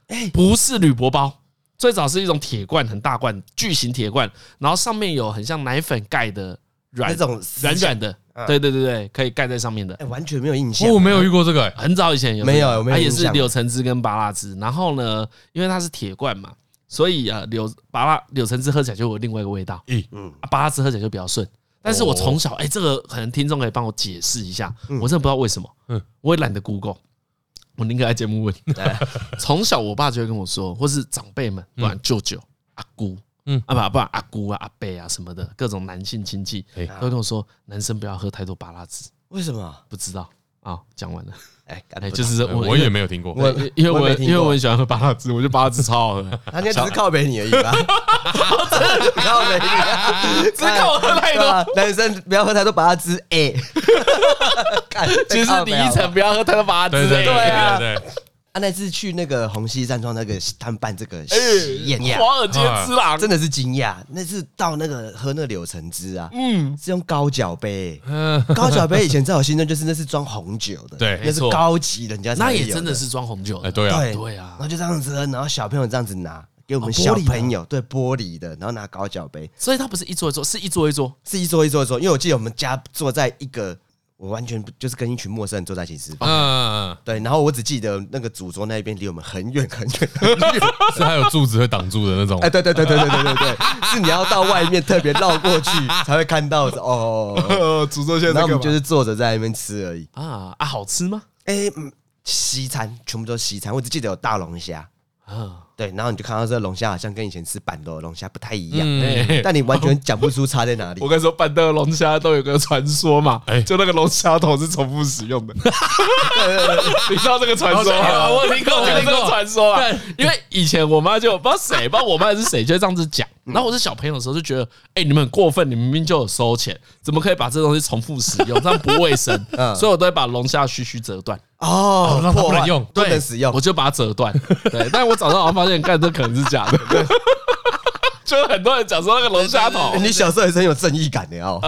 [SPEAKER 1] 不是铝箔包，最早是一种铁罐，很大罐，巨型铁罐，然后上面有很像奶粉盖的软
[SPEAKER 3] 那种
[SPEAKER 1] 软软的，对对对对，可以盖在上面的。
[SPEAKER 3] 哎，完全没有印象，
[SPEAKER 2] 我没有遇过这个，
[SPEAKER 1] 很早以前有，
[SPEAKER 3] 没有，
[SPEAKER 1] 它也是柳橙汁跟芭乐汁。然后呢，因为它是铁罐嘛，所以啊，柳芭乐柳橙汁喝起来就有另外一个味道，嗯，芭乐汁喝起来就比较顺。但是我从小，哎，这个可能听众可以帮我解释一下，我真的不知道为什么，嗯，我也懒得 Google。我宁可在节目问。从小我爸就会跟我说，或是长辈们，不然舅舅、阿姑，嗯，啊不，不然阿姑啊、阿伯啊什么的，各种男性亲戚，都会跟我说，男生不要喝太多芭乐汁。
[SPEAKER 3] 为什么？
[SPEAKER 1] 不知道啊，讲完了。
[SPEAKER 3] 哎，
[SPEAKER 2] 就是我也没有听过，
[SPEAKER 1] 我因为我因为我很喜欢喝芭乐汁，我觉得芭乐汁超好喝。
[SPEAKER 3] 他那只是靠北你而已吧？真的靠北你，
[SPEAKER 1] 只靠我喝太多。
[SPEAKER 3] 男生不要喝太多芭乐汁，哎，
[SPEAKER 1] 其实李依晨不要喝太多芭乐汁，
[SPEAKER 2] 对啊。
[SPEAKER 3] 啊，那次去那个红溪站庄那个他们办这个宴呀，
[SPEAKER 1] 华尔街之狼
[SPEAKER 3] 真的是惊讶。那次到那个喝那个柳橙汁啊，嗯，是用高脚杯，高脚杯以前在我心中就是那是装红酒的，
[SPEAKER 2] 对，
[SPEAKER 3] 那是高级人家才有的，
[SPEAKER 1] 那也真的是装红酒的，
[SPEAKER 2] 对啊，
[SPEAKER 1] 对啊，
[SPEAKER 3] 然后就这样子喝，然后小朋友这样子拿给我们小朋友，对，玻璃的，然后拿高脚杯，
[SPEAKER 1] 所以它不是一桌一桌，是一桌一桌，
[SPEAKER 3] 是一桌一桌一桌，因为我记得我们家坐在一个。我完全就是跟一群陌生人坐在一起吃饭，嗯，对，然后我只记得那个主桌那边离我们很远很远很远，
[SPEAKER 2] 是还有柱子会挡住的那种，
[SPEAKER 3] 哎，对对对对对对对对，是你要到外面特别绕过去才会看到哦，
[SPEAKER 1] 主桌现在，
[SPEAKER 3] 然后我们就是坐着在那边吃而已
[SPEAKER 1] 啊啊，好吃吗？
[SPEAKER 3] 哎，西餐全部都是西餐，我只记得有大龙虾啊。对，然后你就看到这个龙虾好像跟以前吃板豆的龙虾不太一样，嗯、但你完全讲不出差在哪里。
[SPEAKER 1] 我跟你说，板豆的龙虾都有个传说嘛，欸、就那个龙虾头是重复使用的。你知道这个传说吗？我听过，我听过这个传说啊。因为以前我妈就不知道谁，不知道我妈还是谁，就这样子讲。然后我是小朋友的时候就觉得，哎、欸，你们很过分，你们明明就有收钱，怎么可以把这东西重复使用？这样不卫生。嗯、所以我都会把龙虾须须折断。
[SPEAKER 3] 哦，
[SPEAKER 2] 让它不能用，
[SPEAKER 3] 不能使用，
[SPEAKER 1] 我就把它折断。对，但是我早上好像发现，干这可能是假的。就很多人讲说那个龙虾头，
[SPEAKER 3] 你小时候也是很有正义感的哦。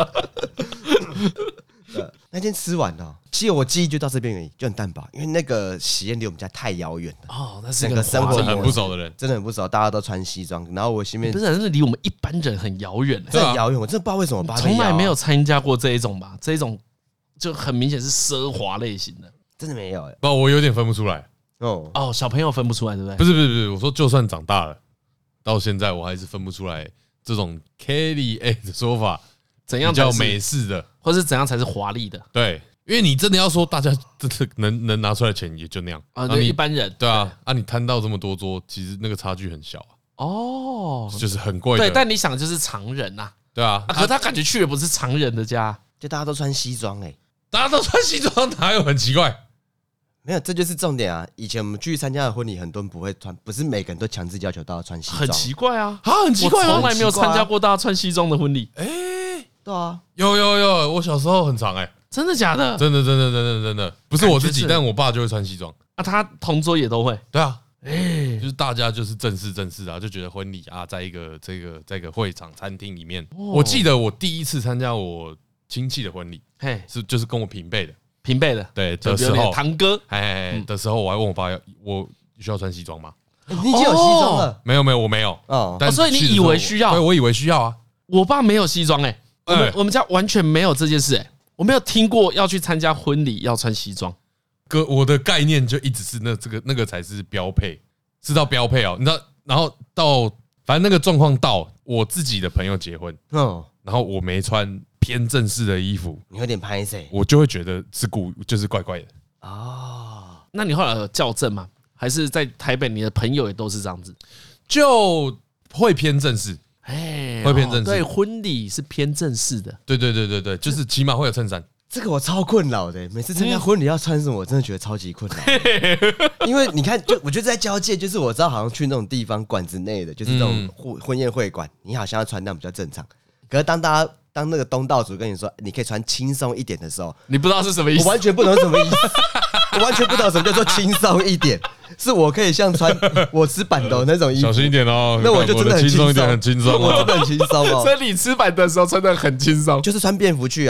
[SPEAKER 3] 那天吃完了，其实我记忆就到这边而已，就很淡薄，因为那个喜宴离我们家太遥远了。
[SPEAKER 1] 哦，那是
[SPEAKER 3] 个生活
[SPEAKER 2] 很不熟的人，
[SPEAKER 3] 真的很不熟，大家都穿西装，然后我心里面
[SPEAKER 1] 不是，真的离我们一般人很遥远，
[SPEAKER 3] 真的遥远。我真的不知道为什么，
[SPEAKER 1] 从来没有参加过这一种吧？这一种就很明显是奢华类型的。
[SPEAKER 3] 真的没有哎、欸，
[SPEAKER 2] 不，我有点分不出来
[SPEAKER 1] 哦哦，小朋友分不出来，对不对？
[SPEAKER 2] 不是不是不是，我说就算长大了，到现在我还是分不出来这种 Kelly A 的说法
[SPEAKER 1] 怎样
[SPEAKER 2] 叫美式的，
[SPEAKER 1] 或是怎样才是华丽的？
[SPEAKER 2] 对，因为你真的要说大家真的能能拿出来钱也就那样
[SPEAKER 1] 啊，对，一般人
[SPEAKER 2] 对啊啊，你摊到这么多桌，其实那个差距很小啊。
[SPEAKER 1] 哦，
[SPEAKER 2] 就是很贵的，
[SPEAKER 1] 对，但你想就是常人呐，
[SPEAKER 2] 对啊，
[SPEAKER 1] 可是他感觉去的不是常人的家，
[SPEAKER 3] 就大家都穿西装哎，
[SPEAKER 2] 大家都穿西装，哪有很奇怪？
[SPEAKER 3] 没有，这就是重点啊！以前我们去参加的婚礼，很多人不会穿，不是每个人都强制要求都要穿西装，
[SPEAKER 1] 很奇怪啊！
[SPEAKER 2] 啊，很奇怪，
[SPEAKER 1] 我从来没有参加过大家穿西装的婚礼。
[SPEAKER 2] 哎，
[SPEAKER 3] 对啊，
[SPEAKER 2] 有有有，我小时候很常哎，
[SPEAKER 1] 真的假的？
[SPEAKER 2] 真的真的真的真的，不是我自己，但我爸就会穿西装
[SPEAKER 1] 啊，他同桌也都会。
[SPEAKER 2] 对啊，哎，就是大家就是正式正式啊，就觉得婚礼啊，在一个这个在一个会场餐厅里面，我记得我第一次参加我亲戚的婚礼，嘿，是就是跟我平辈的。
[SPEAKER 1] 平辈的
[SPEAKER 2] 对的时候，
[SPEAKER 1] 堂哥
[SPEAKER 2] 哎的时候，我还问我爸，我需要穿西装吗？
[SPEAKER 3] 你已经有西装了？
[SPEAKER 2] 没有没有，我没有
[SPEAKER 1] 哦。所以你以为需要？
[SPEAKER 2] 对，我以为需要啊。
[SPEAKER 1] 我爸没有西装哎，我们我们家完全没有这件事哎，我没有听过要去参加婚礼要穿西装。
[SPEAKER 2] 哥，我的概念就一直是那这个那个才是标配，是到标配哦。你知道，然后到反正那个状况到我自己的朋友结婚，嗯，然后我没穿偏正式的衣服，
[SPEAKER 3] 你有点拍谁？
[SPEAKER 2] 我就会觉得是故就是怪怪的
[SPEAKER 1] 哦。那你后来有校正吗？还是在台北你的朋友也都是这样子？
[SPEAKER 2] 就会偏正式，
[SPEAKER 1] 哎，
[SPEAKER 2] 会偏正式。
[SPEAKER 1] 对，婚礼是偏正式的。
[SPEAKER 2] 对对对对对，就是起码会有衬衫。
[SPEAKER 3] 这个我超困扰的，每次参加婚礼要穿什么，我真的觉得超级困扰。因为你看，就我觉得在交界，就是我知道好像去那种地方馆子内的，就是那种婚婚宴会馆，你好像要穿那样比较正常。可是当大家当那个东道主跟你说你可以穿轻松一点的时候，
[SPEAKER 1] 你不知道是什么意思，
[SPEAKER 3] 我完全不懂什么意思，我完全不懂什么叫做轻松一点。是我可以像穿我吃板豆那种衣服，
[SPEAKER 2] 小心一点哦。
[SPEAKER 3] 那我就真的很轻松
[SPEAKER 2] 一点，很轻松，
[SPEAKER 3] 我真的很轻松哦。
[SPEAKER 1] 所以你吃板的时候穿的很轻松，
[SPEAKER 3] 就是穿便服去啊。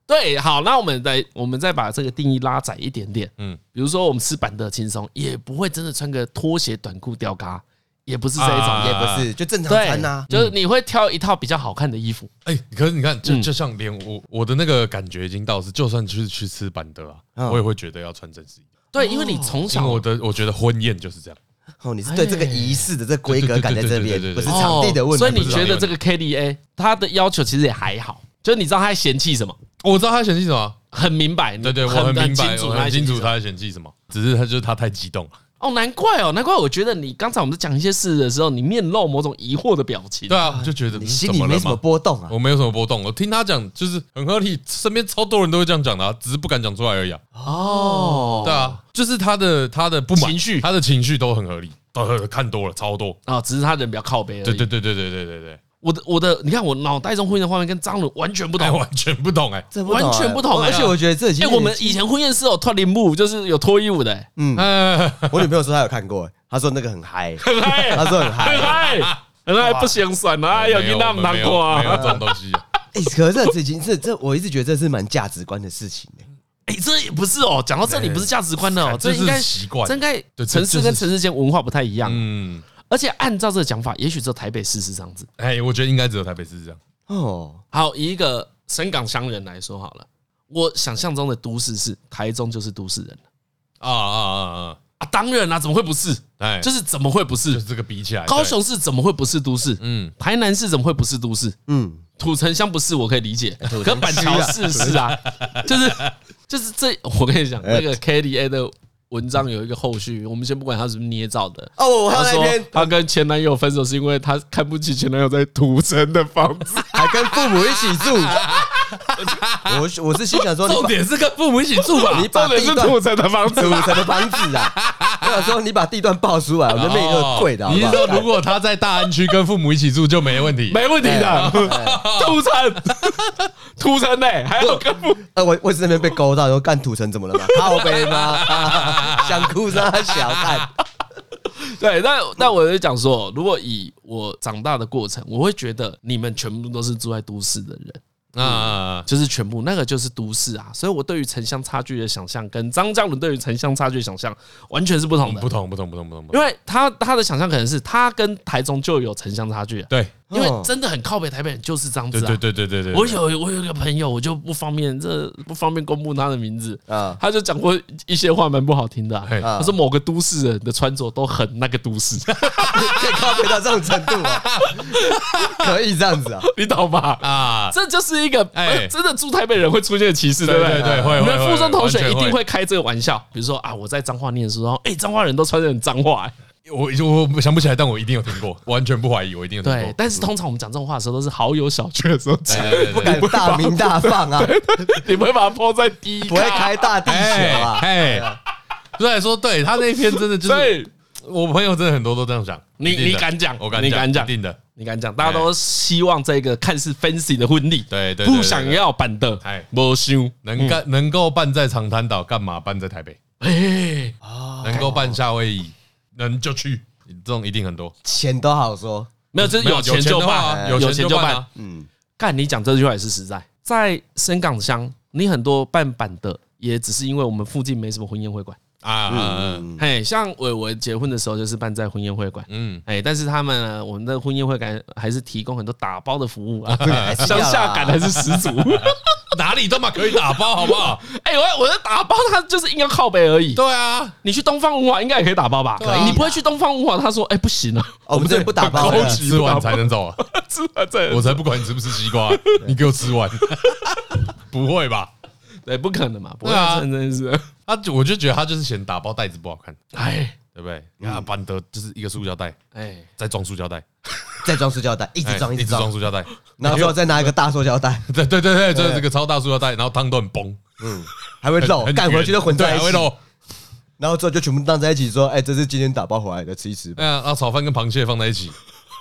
[SPEAKER 1] 对，好，那我们再我们再把这个定义拉窄一点点，嗯，比如说我们吃板凳轻松，也不会真的穿个拖鞋、短裤、吊嘎，也不是这一种，
[SPEAKER 3] 也不是，就正常穿呐，
[SPEAKER 1] 就是你会挑一套比较好看的衣服。
[SPEAKER 2] 哎，可是你看，就就像连我我的那个感觉已经到是，就算去去吃板凳啊，我也会觉得要穿正式一点。
[SPEAKER 1] 对，因为你从小
[SPEAKER 2] 我的我觉得婚宴就是这样。
[SPEAKER 3] 哦，你是对这个仪式的这规格感在这边，不是场地的问题。
[SPEAKER 1] 所以你觉得这个 K D A 他的要求其实也还好，就是你知道他在嫌弃什么？
[SPEAKER 2] 我知道他在嫌弃什么，
[SPEAKER 1] 很明白。
[SPEAKER 2] 对对，我很明白，我很清楚他在嫌弃什么。只是他就是他太激动了。
[SPEAKER 1] 哦，难怪哦，难怪我觉得你刚才我们在讲一些事的时候，你面露某种疑惑的表情。
[SPEAKER 2] 对啊，就觉得
[SPEAKER 3] 你心里没什么波动啊。
[SPEAKER 2] 我没有什么波动，我听他讲就是很合理，身边超多人都会这样讲的，只是不敢讲出来而已啊。
[SPEAKER 1] 哦，
[SPEAKER 2] 对啊，就是他的他的不满
[SPEAKER 1] 情绪，
[SPEAKER 2] 他的情绪都很合理，都看多了，超多
[SPEAKER 1] 啊，只是他人比较靠北而已。
[SPEAKER 2] 对对对对对对对对。
[SPEAKER 1] 我的我的，你看我脑袋中婚宴的画面跟张伦完全不同，
[SPEAKER 2] 完全不同哎，
[SPEAKER 1] 完全不同。
[SPEAKER 3] 而且我觉得这已经，
[SPEAKER 1] 哎，我们以前婚宴是有脱林幕，就是有脱衣舞的。
[SPEAKER 3] 嗯，我女朋友说她有看过，她说那个很嗨，
[SPEAKER 1] 很嗨，
[SPEAKER 3] 她说很嗨，
[SPEAKER 1] 很嗨，很嗨，不嫌酸啊，有你那么难过啊，
[SPEAKER 2] 没有这种东西。
[SPEAKER 3] 哎，可是这已经是这，我一直觉得这是蛮价值观的事情
[SPEAKER 1] 哎。哎，这也不是哦，讲到这里不是价值观的哦，这应该
[SPEAKER 2] 习惯，
[SPEAKER 1] 这应该城市跟城市间文化不太一样。嗯。而且按照这个讲法，也许只有台北市是这样子。
[SPEAKER 2] 哎，我觉得应该只有台北市是这样。
[SPEAKER 1] 哦，好，以一个深港乡人来说好了，我想象中的都市是台中就是都市人了。啊啊啊啊啊！当然啦，怎么会不是？哎，就是怎么会不是？
[SPEAKER 2] 就是这个比起来，
[SPEAKER 1] 高雄市怎么会不是都市？嗯，台南市怎么会不是都市？嗯，土城乡不是，我可以理解。可板桥市是啊，就是就是这，我跟你讲，那个 K D A 的文章有一个后续，我们先不管他是不是捏造的。
[SPEAKER 3] 哦，
[SPEAKER 1] 他说他跟前男友分手是因为他看不起前男友在土城的房子，
[SPEAKER 3] 还跟父母一起住。我我是心想说，
[SPEAKER 1] 重点是跟父母一起住吧？
[SPEAKER 3] 你把
[SPEAKER 1] 地段土城的房子，
[SPEAKER 3] 土城的房子啊！我想说，你把地段报出来，我那边一个贵的。
[SPEAKER 2] 你是说，如果他在大安区跟父母一起住就没问题？
[SPEAKER 1] 没问题的，土城，土城呢，还有跟父……
[SPEAKER 3] 呃，我我是那边被勾到，说干土城怎么了嘛？靠北吗？想哭啥小看？
[SPEAKER 1] 对，但但我就讲说，如果以我长大的过程，我会觉得你们全部都是住在都市的人。啊，就是全部那个就是都市啊，所以我对于城乡差距的想象跟张嘉伦对于城乡差距的想象完全是不同的，
[SPEAKER 2] 不同不同不同不同。
[SPEAKER 1] 因为他他的想象可能是他跟台中就有城乡差距，
[SPEAKER 2] 对，
[SPEAKER 1] 因为真的很靠北台北人就是这样子啊。
[SPEAKER 2] 对对对对对。
[SPEAKER 1] 我有我有一个朋友，我就不方便这不方便公布他的名字啊，他就讲过一些话蛮不好听的，他说某个都市人的穿着都很那个都市，可
[SPEAKER 3] 以靠北到这种程度啊，可以这样子啊，
[SPEAKER 1] 你懂吧？啊，这就是一个真的住台北人会出现的歧视，对不对？
[SPEAKER 2] 对对，会。
[SPEAKER 1] 你们附中同学一定会开这个玩笑，比如说啊，我在彰化念书，然后哎，彰化人都穿得很彰化。
[SPEAKER 2] 我我想不起来，但我一定有听过，完全不怀疑，我一定有听过。
[SPEAKER 1] 对，但是通常我们讲这种话的时候，都是好友小聚的时候讲，
[SPEAKER 3] 不敢大明大放啊。
[SPEAKER 1] 你不会把它抛在第一，
[SPEAKER 3] 不会开大地球啊。
[SPEAKER 2] 哎，所以说，对他那篇真的就是，我朋友真的很多都这样讲。
[SPEAKER 1] 你你敢讲？
[SPEAKER 2] 我敢，
[SPEAKER 1] 你敢讲？
[SPEAKER 2] 一定的，
[SPEAKER 1] 你敢讲？大家都希望这个看似 fancy 的婚礼，
[SPEAKER 2] 对对，
[SPEAKER 1] 不想要办的，哎，没想
[SPEAKER 2] 能干能够办在长滩岛，干嘛办在台北？哎，能够办夏威夷，能就去。这种一定很多，
[SPEAKER 3] 钱都好说，
[SPEAKER 1] 没有，就是有钱就办，有钱就办。
[SPEAKER 2] 嗯，
[SPEAKER 1] 干，你讲这句话也是实在。在深港乡，你很多办板的，也只是因为我们附近没什么婚宴会馆啊。嗯，嘿，像伟伟结婚的时候就是办在婚宴会馆，嗯，哎，但是他们呢，我们的婚宴会馆还是提供很多打包的服务啊，乡下感还是十足。
[SPEAKER 2] 哪里都嘛可以打包，好不好？
[SPEAKER 1] 哎，我我的打包，他就是硬要靠北而已。
[SPEAKER 2] 对啊，
[SPEAKER 1] 你去东方文华应该也可以打包吧？可以。你不会去东方文华，他说，哎，不行啊，
[SPEAKER 3] 我们这里不打包，
[SPEAKER 2] 吃完才能走啊。
[SPEAKER 1] 吃完再，
[SPEAKER 2] 我才不管你吃不吃西瓜，你给我吃完。不会吧？
[SPEAKER 1] 对，不可能嘛，不会啊，真的是。
[SPEAKER 2] 他我就觉得他就是嫌打包袋子不好看，
[SPEAKER 1] 哎，
[SPEAKER 2] 对不对？啊，板的就是一个塑胶袋，哎，再装塑胶袋。
[SPEAKER 3] 再装塑胶袋，一直装，
[SPEAKER 2] 一直装塑胶袋，
[SPEAKER 3] 然后之后再拿一个大塑胶袋，
[SPEAKER 2] 对对对对，就是这个超大塑胶袋，然后汤都很崩，
[SPEAKER 3] 嗯，还会漏，干回去就混在一起，然后之后就全部当在一起说，哎，这是今天打包回来的，吃一吃。
[SPEAKER 2] 哎呀，然后炒饭跟螃蟹放在一起，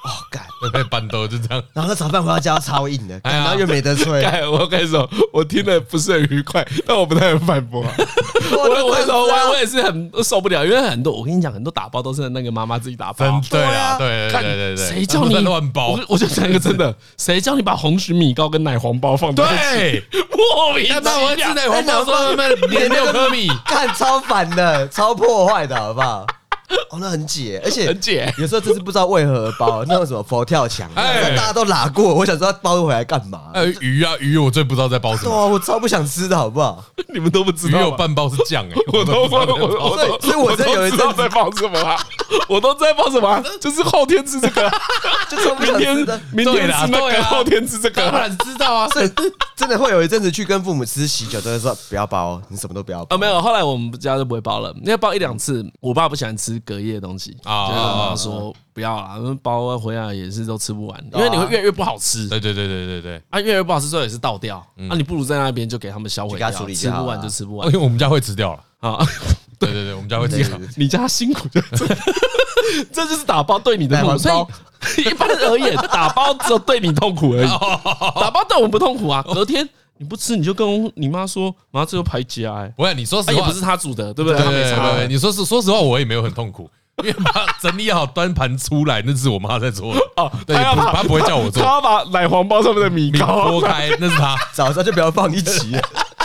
[SPEAKER 3] 哦，干，
[SPEAKER 2] 被搬豆就这样。
[SPEAKER 3] 然后那炒饭回到家超硬的，然后又没得吹。
[SPEAKER 1] 我跟你说，我听了不是很愉快，但我不太能反驳。我我说我我也是很受不了，因为很多我跟你讲，很多打包都是那个妈妈自己打包。
[SPEAKER 2] 对啊，对对对对，
[SPEAKER 1] 谁叫你
[SPEAKER 2] 乱包？
[SPEAKER 1] 我就讲一个真的，谁叫你把红曲米糕跟奶黄包放在一起？莫名其妙。
[SPEAKER 2] 我吃奶黄包说他们连六颗米，
[SPEAKER 3] 看超烦的，超破坏的，好不好？哦，那很解，而且
[SPEAKER 1] 很解。
[SPEAKER 3] 有时候真是不知道为何而包，那种什么佛跳墙，大家都拉过，我想说包回来干嘛？
[SPEAKER 2] 呃，鱼啊鱼，我最不知道在包什么。
[SPEAKER 3] 对啊，我超不想吃的好不好？
[SPEAKER 1] 你们都不知道，
[SPEAKER 2] 鱼有半包是酱哎，
[SPEAKER 1] 我都我我
[SPEAKER 3] 所以我真有一阵
[SPEAKER 1] 在包什么啊？我都在包什么？就是后天吃这个，
[SPEAKER 3] 就超不想吃的。
[SPEAKER 1] 明天吃那个，后天吃这个，
[SPEAKER 2] 当然知道啊。
[SPEAKER 3] 所以真的会有一阵子去跟父母吃喜酒，都会说不要包，你什么都不要包。
[SPEAKER 1] 啊，没有，后来我们家就不会包了，因为包一两次，我爸不喜欢吃隔夜的东西啊，就跟我妈说不要啦，包回来也是都吃不完，因为你会越来越不好吃。
[SPEAKER 2] 对对对对对对，
[SPEAKER 1] 啊，越来越不好吃之后也是倒掉，啊，你不如在那边就给他们销毁掉，吃不完就吃不完。
[SPEAKER 2] 因为我们家会吃掉了
[SPEAKER 1] 啊，
[SPEAKER 2] 对对对，我们家会吃掉。
[SPEAKER 1] 你家辛苦就这就是打包对你的痛苦，所以一般而言，打包只有对你痛苦而已，打包对我们不痛苦啊。隔天你不吃，你就跟你妈说，妈这又排家哎。
[SPEAKER 2] 不是，你说实话，
[SPEAKER 1] 也不是他煮的，对不对？他没
[SPEAKER 2] 差。你说是，说实话，我也没有很痛苦，因为把整理好端盘出来，那是我妈在做的哦。对，她不会叫我做，
[SPEAKER 1] 她把奶黄包上面的米糕
[SPEAKER 2] 剥开，那是她。
[SPEAKER 3] 早上就不要放一起。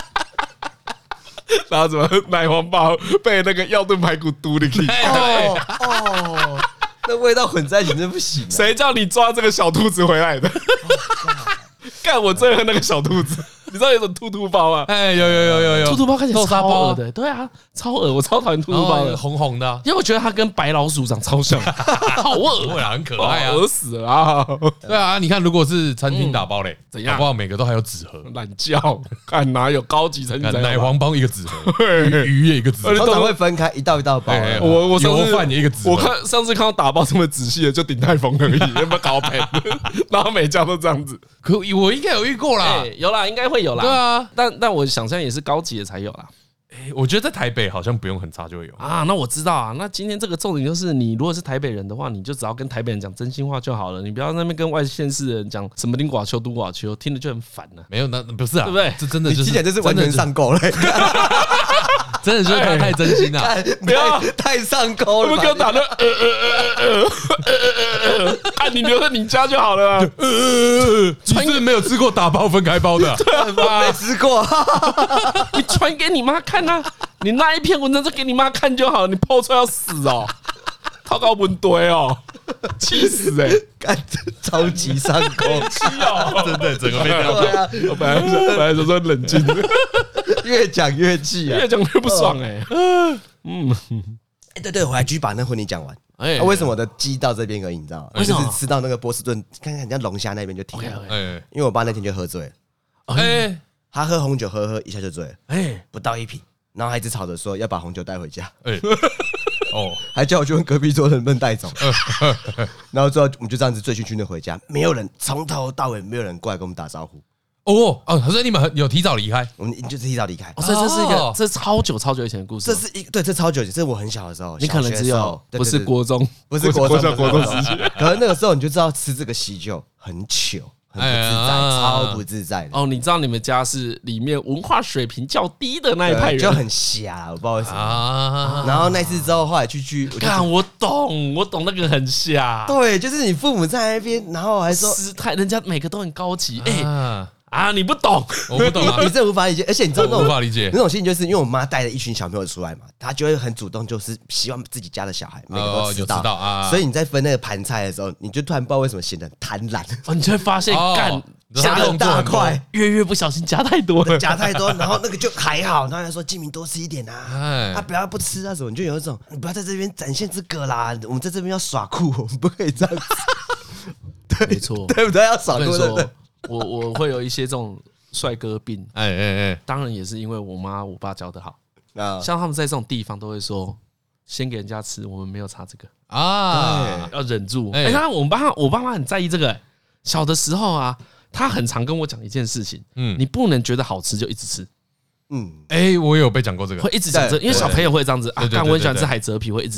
[SPEAKER 1] 然后怎么奶黄包被那个药炖排骨嘟进去？
[SPEAKER 3] 哦哦，那味道混在一起真不行。
[SPEAKER 1] 谁叫你抓这个小兔子回来的？干，我最恨那个小兔子。你知道有种兔兔包吗？
[SPEAKER 2] 哎，有有有有有，
[SPEAKER 1] 兔兔包看起来超恶的，对啊，超恶，我超讨厌兔兔包的，
[SPEAKER 2] 红红的，
[SPEAKER 1] 因为我觉得它跟白老鼠长超像，好恶，
[SPEAKER 2] 对啊，很可爱啊，
[SPEAKER 1] 恶死了啊！
[SPEAKER 2] 对啊，你看，如果是餐厅打包嘞，
[SPEAKER 1] 怎样？
[SPEAKER 2] 搞不好每个都还有纸盒，
[SPEAKER 1] 懒觉，看哪有高级餐厅？
[SPEAKER 2] 奶黄包一个纸盒，鱼也一个纸盒，
[SPEAKER 3] 通常会分开一道一道包。
[SPEAKER 1] 我我
[SPEAKER 2] 油饭也一个纸盒，
[SPEAKER 1] 我看上次看到打包这么仔细的，就鼎泰丰而已，有没有搞赔？然后每家都这样子，
[SPEAKER 2] 可我应该有遇过啦，
[SPEAKER 1] 有啦，应该会有啦，
[SPEAKER 2] 对啊。
[SPEAKER 1] 但但我想象也是高级的才有啦。
[SPEAKER 2] 欸、我觉得在台北好像不用很差就会有
[SPEAKER 1] 啊。那我知道啊。那今天这个重点就是，你如果是台北人的话，你就只要跟台北人讲真心话就好了，你不要在那边跟外县市人讲什么丁寡秋、都寡秋，听着就很烦了。
[SPEAKER 2] 没有，那不是啊，
[SPEAKER 1] 对不对？
[SPEAKER 2] 这真的就是，
[SPEAKER 3] 听起来就是完全上钩了。
[SPEAKER 2] 真的就是他太真心了，
[SPEAKER 3] 不要太上钩了。
[SPEAKER 1] 我们给我打的呃呃呃呃呃，啊，你留在你家就好了。呃
[SPEAKER 2] 呃，你是没有吃过打包分开包的？
[SPEAKER 3] 对啊，没吃过。
[SPEAKER 1] 你传给你妈看啊，你那一篇文章就给你妈看就好了，你抛出来要死哦，掏高文堆哦，气死哎！
[SPEAKER 3] 干，超级上钩，
[SPEAKER 1] 气哦，
[SPEAKER 2] 真的整个被掉。
[SPEAKER 1] 我本来本来说说冷静，
[SPEAKER 3] 越讲越气啊，
[SPEAKER 1] 越讲越不爽哎。
[SPEAKER 3] 嗯，哎，对对，我还继续把那婚礼讲完。哎，为什么我的记忆到这边而已？你知道吗？就是吃到那个波士顿，看看人家龙虾那边就停了。哎，因为我爸那天就喝醉了。哎，他喝红酒喝喝一下就醉了。哎，不到一瓶，然后还一直吵着说要把红酒带回家。哎，哦，还叫我去问隔壁桌能不能带走。然后之后我们就这样子醉醺醺的回家，没有人从头到尾没有人过来跟我们打招呼。
[SPEAKER 2] 哦哦，可是你们有提早离开，
[SPEAKER 3] 我们就是提早离开。
[SPEAKER 1] 所以这是一个，这超久超久以前的故事。
[SPEAKER 3] 这是一对，这超久，这是我很小的时候。
[SPEAKER 1] 你可能只有不是国中，
[SPEAKER 3] 不是国中，
[SPEAKER 1] 国中时期。
[SPEAKER 3] 可是那个时候你就知道吃这个喜酒很糗，很不自在，超不自在的。
[SPEAKER 1] 哦，你知道你们家是里面文化水平较低的那一派人，
[SPEAKER 3] 就很瞎，我不知道为什么。然后那次之后，后来去去，
[SPEAKER 1] 看我懂，我懂那个很瞎。
[SPEAKER 3] 对，就是你父母在那边，然后还说
[SPEAKER 1] 师太，人家每个都很高级，哎。啊，你不懂，
[SPEAKER 2] 我不懂啊，
[SPEAKER 3] 你真的无法理解，而且你知道那种
[SPEAKER 2] 无法理解
[SPEAKER 3] 那种心情，就是因为我妈带了一群小朋友出来嘛，她就会很主动，就是希望自己家的小孩每个都吃到啊，所以你在分那个盘菜的时候，你就突然不知道为什么显得贪婪，
[SPEAKER 1] 哦，你就会发现干
[SPEAKER 3] 夹很大块，
[SPEAKER 1] 月月不小心夹太多了，
[SPEAKER 3] 夹太多，然后那个就还好，然后还说静明多吃一点啊，他不要不吃啊什么，你就有一种你不要在这边展现这个啦，我们在这边要耍酷，我们不可以这样子，
[SPEAKER 1] 对，没错，
[SPEAKER 3] 对不对？要耍酷，对不对？
[SPEAKER 1] 我我会有一些这种帅哥病，
[SPEAKER 2] 哎哎哎，
[SPEAKER 1] 当然也是因为我妈我爸教的好啊。像他们在这种地方都会说，先给人家吃，我们没有差这个啊，要忍住。哎，他我爸我爸妈很在意这个。小的时候啊，他很常跟我讲一件事情，嗯，你不能觉得好吃就一直吃。嗯，
[SPEAKER 2] 哎，我有被讲过这个，
[SPEAKER 1] 会一直讲这，因为小朋友会这样子啊。但我很喜欢吃海蜇皮，会一直夹。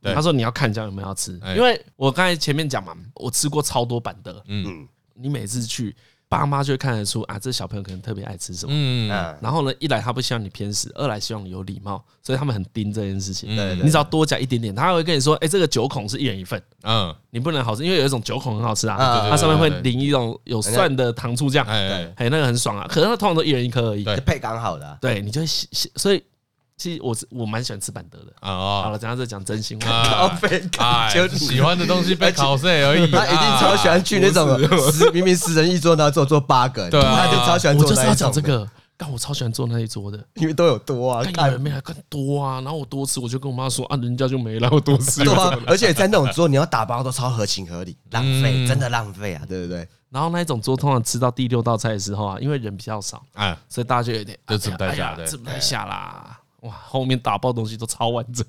[SPEAKER 1] 他说你要看一下有没有要吃，因为我刚才前面讲嘛，我吃过超多板德，嗯，你每次去。爸妈就会看得出啊，这小朋友可能特别爱吃什么。嗯，然后呢，一来他不希望你偏食，二来希望你有礼貌，所以他们很盯这件事情。嗯，你只要多加一点点，他会跟你说，哎，这个九孔是一人一份。嗯，你不能好吃，因为有一种九孔很好吃啊，它上面会淋一种有蒜的糖醋酱，哎，那个很爽啊。可是它通常都一人一颗而已，
[SPEAKER 3] 配刚好的。
[SPEAKER 1] 对，你就会所以。其实我我蛮喜欢吃板德的啊。好了，等下再讲真心话。
[SPEAKER 2] 就喜欢的东西被考碎而已。
[SPEAKER 3] 他一定超喜欢去那种明明十人一桌，然后做做八个。
[SPEAKER 2] 对啊，
[SPEAKER 3] 他就超喜欢做那一种。
[SPEAKER 1] 我就是要讲这个，但我超喜欢做那一桌的，
[SPEAKER 3] 因为都有多啊，
[SPEAKER 1] 看人没还更多啊。然后我多吃，我就跟我妈说啊，人家就没了，我多吃。
[SPEAKER 3] 对啊，而且在那种桌，你要打包都超合情合理，浪费真的浪费啊，对不对？
[SPEAKER 1] 然后那一种桌通常吃到第六道菜的时候啊，因为人比较少，哎，所以大家就有点
[SPEAKER 2] 就吃不太下，
[SPEAKER 1] 吃不太下啦。哇，后面打包东西都超完整，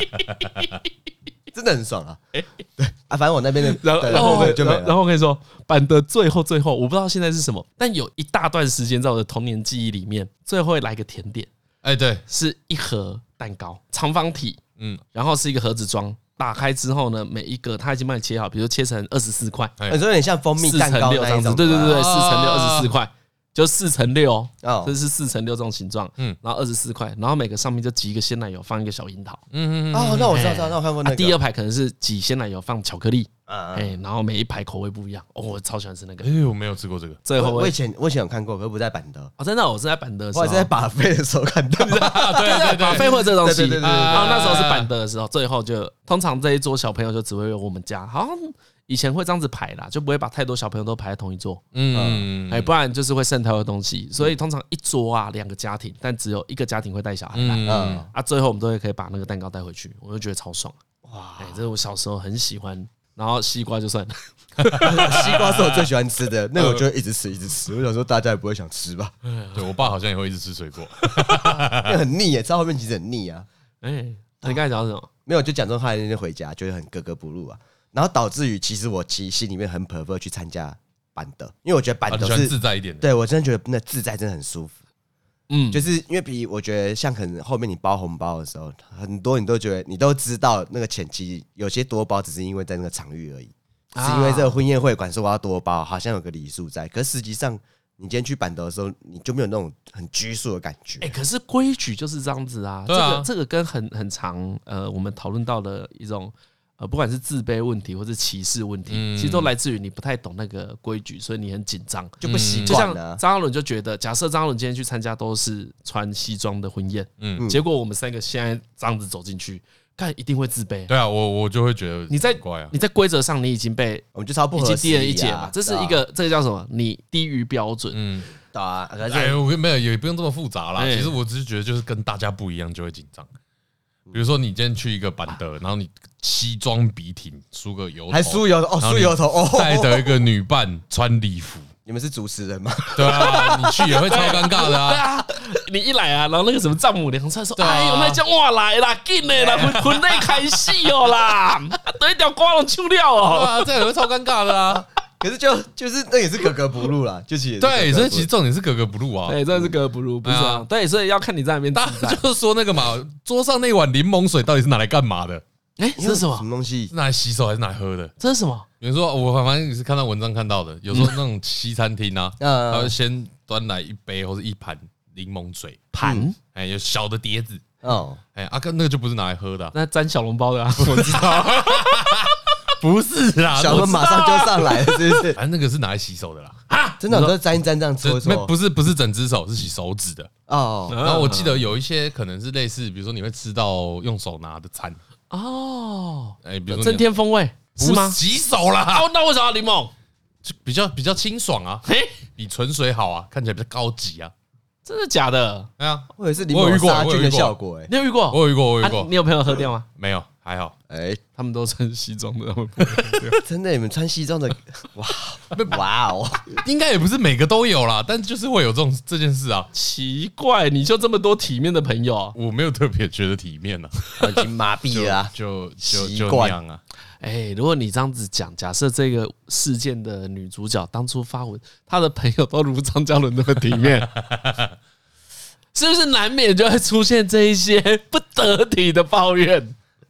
[SPEAKER 3] 真的很爽啊！对啊，反正我那边的，
[SPEAKER 1] 然后然后就没了。然后我跟你说，板的最后最后，我不知道现在是什么，但有一大段时间在我的童年记忆里面，最后会来个甜点，
[SPEAKER 2] 哎，对，
[SPEAKER 1] 是一盒蛋糕，长方体，嗯，然后是一个盒子装，打开之后呢，每一个它已经帮你切好，比如切成二十四块，
[SPEAKER 3] 有点像蜂蜜蛋糕那样子，
[SPEAKER 1] 对对对对，四乘六二十四块。就四乘六，这是四乘六这种形状，嗯，然后二十四块，然后每个上面就挤一个鲜奶油，放一个小樱桃，
[SPEAKER 3] 嗯嗯哦，那我知道，知道，那我看过那个。
[SPEAKER 1] 第二排可能是挤鲜奶油，放巧克力，哎，然后每一排口味不一样，哦，我超喜欢吃那个。
[SPEAKER 2] 哎，我没有吃过这个。
[SPEAKER 1] 最后
[SPEAKER 3] 我以前我以前有看过，可是不在板德。
[SPEAKER 1] 哦，真的，我是在板德的时候，
[SPEAKER 3] 我是在把费的时候看到。对
[SPEAKER 1] 对对，把费或者这个东西，然后那时候是板德的时候，最后就通常这一桌小朋友就只会有我们家，好像。以前会这样子排啦，就不会把太多小朋友都排在同一桌，嗯，哎，不然就是会剩太多东西，所以通常一桌啊两个家庭，但只有一个家庭会带小孩来，嗯，啊，最后我们都会可以把那个蛋糕带回去，我就觉得超爽，哇，哎，这是我小时候很喜欢，然后西瓜就算了，
[SPEAKER 3] 西瓜是我最喜欢吃的，那个我就一直吃一直吃，我想说大家也不会想吃吧，
[SPEAKER 2] 对我爸好像也会一直吃水果，
[SPEAKER 3] 那很腻耶，吃到后面其实很腻啊，
[SPEAKER 1] 哎，你刚才讲什么？
[SPEAKER 3] 没有，就讲说他那天回家就会很格格不入啊。然后导致于，其实我其实心里面很 prefer 去参加板德，因为我觉得板德是
[SPEAKER 2] 自在一点的。
[SPEAKER 3] 对我真的觉得那自在真的很舒服。嗯，就是因为比我觉得像可能后面你包红包的时候，很多你都觉得你都知道那个钱其实有些多包只是因为在那个场域而已，是因为这个婚宴会馆说我要多包，好像有个礼数在。可是实际上你今天去板德的时候，你就没有那种很拘束的感觉。
[SPEAKER 1] 哎，可是规矩就是这样子啊。这个这个跟很很常呃我们讨论到的一种。呃，不管是自卑问题或是歧视问题，嗯、其实都来自于你不太懂那个规矩，所以你很紧张，
[SPEAKER 3] 就不习惯。
[SPEAKER 1] 就像张嘉伦就觉得，假设张嘉伦今天去参加都是穿西装的婚宴，嗯，结果我们三个现在这样子走进去，看一定会自卑。
[SPEAKER 2] 对啊，我我就会觉得
[SPEAKER 1] 你在你在规则上你已经被
[SPEAKER 3] 我们就超不合
[SPEAKER 1] 已经低人一截嘛，这是一个这个叫什么？你低于标准。嗯，
[SPEAKER 3] 对啊，
[SPEAKER 2] 哎，我没有也不用这么复杂啦。其实我只是觉得就是跟大家不一样就会紧张。比如说你今天去一个板德，然后你西装笔挺，梳个油头，
[SPEAKER 3] 还梳油头哦，梳油头哦，
[SPEAKER 2] 带着一个女伴穿礼服，
[SPEAKER 3] 你们是主持人吗？
[SPEAKER 2] 对啊，你去也会超尴尬的啊。
[SPEAKER 1] 对啊，你一来啊，然后那个什么丈母娘出来说：“哎呦，那叫哇来啦，紧的啦，婚婚内开戏哦啦，得一条瓜拢抽掉哦。”
[SPEAKER 2] 对啊，这也会超尴尬的啊。
[SPEAKER 3] 可是就就是那也是格格不入啦，就其实
[SPEAKER 2] 对，所以其实重点是格格不入啊，
[SPEAKER 1] 对，真的是格格不入，不是啊，对，所以要看你在那边。
[SPEAKER 2] 大家就是说那个嘛，桌上那碗柠檬水到底是拿来干嘛的？
[SPEAKER 1] 哎，这是什么
[SPEAKER 3] 什么东西？
[SPEAKER 2] 是拿来洗手还是拿来喝的？
[SPEAKER 1] 这是什么？
[SPEAKER 2] 比如说我反正也是看到文章看到的，有时候那种西餐厅啊，他会先端来一杯或者一盘柠檬水
[SPEAKER 1] 盘，
[SPEAKER 2] 哎，有小的碟子哦，哎，啊，那个就不是拿来喝的，
[SPEAKER 1] 那沾小笼包的啊，我知道。
[SPEAKER 2] 不是啦，
[SPEAKER 3] 小笼马上就上来了，是不是？
[SPEAKER 2] 反正那个是拿来洗手的啦。
[SPEAKER 3] 啊，真的，都沾一沾这样搓搓。
[SPEAKER 2] 不是不是整只手，是洗手指的哦。然后我记得有一些可能是类似，比如说你会吃到用手拿的餐
[SPEAKER 1] 哦，
[SPEAKER 2] 哎，比如说
[SPEAKER 1] 增添风味是吗？
[SPEAKER 2] 洗手啦。
[SPEAKER 1] 哦，那为什么要柠檬？
[SPEAKER 2] 就比较比较清爽啊，比纯水好啊，看起来比较高级啊。
[SPEAKER 1] 真的假的？
[SPEAKER 2] 哎呀，
[SPEAKER 3] 或者是柠檬杀菌的效果？哎，
[SPEAKER 1] 你有遇过？
[SPEAKER 2] 我有遇过，我有遇过。
[SPEAKER 1] 你有朋友喝掉吗？
[SPEAKER 2] 没有。还好，
[SPEAKER 1] 哎，他们都穿西装的，
[SPEAKER 3] 真的，你们穿西装的，哇哇哦，
[SPEAKER 2] 应该也不是每个都有啦，但就是会有这种这件事啊。
[SPEAKER 1] 奇怪，你就这么多体面的朋友啊？
[SPEAKER 2] 我没有特别觉得体面啊，
[SPEAKER 3] 已经麻痹了，
[SPEAKER 2] 就就就那样啊。
[SPEAKER 1] 哎，如果你这样子讲，假设这个事件的女主角当初发文，她的朋友都如张嘉伦那么体面，是不是难免就会出现这一些不得体的抱怨？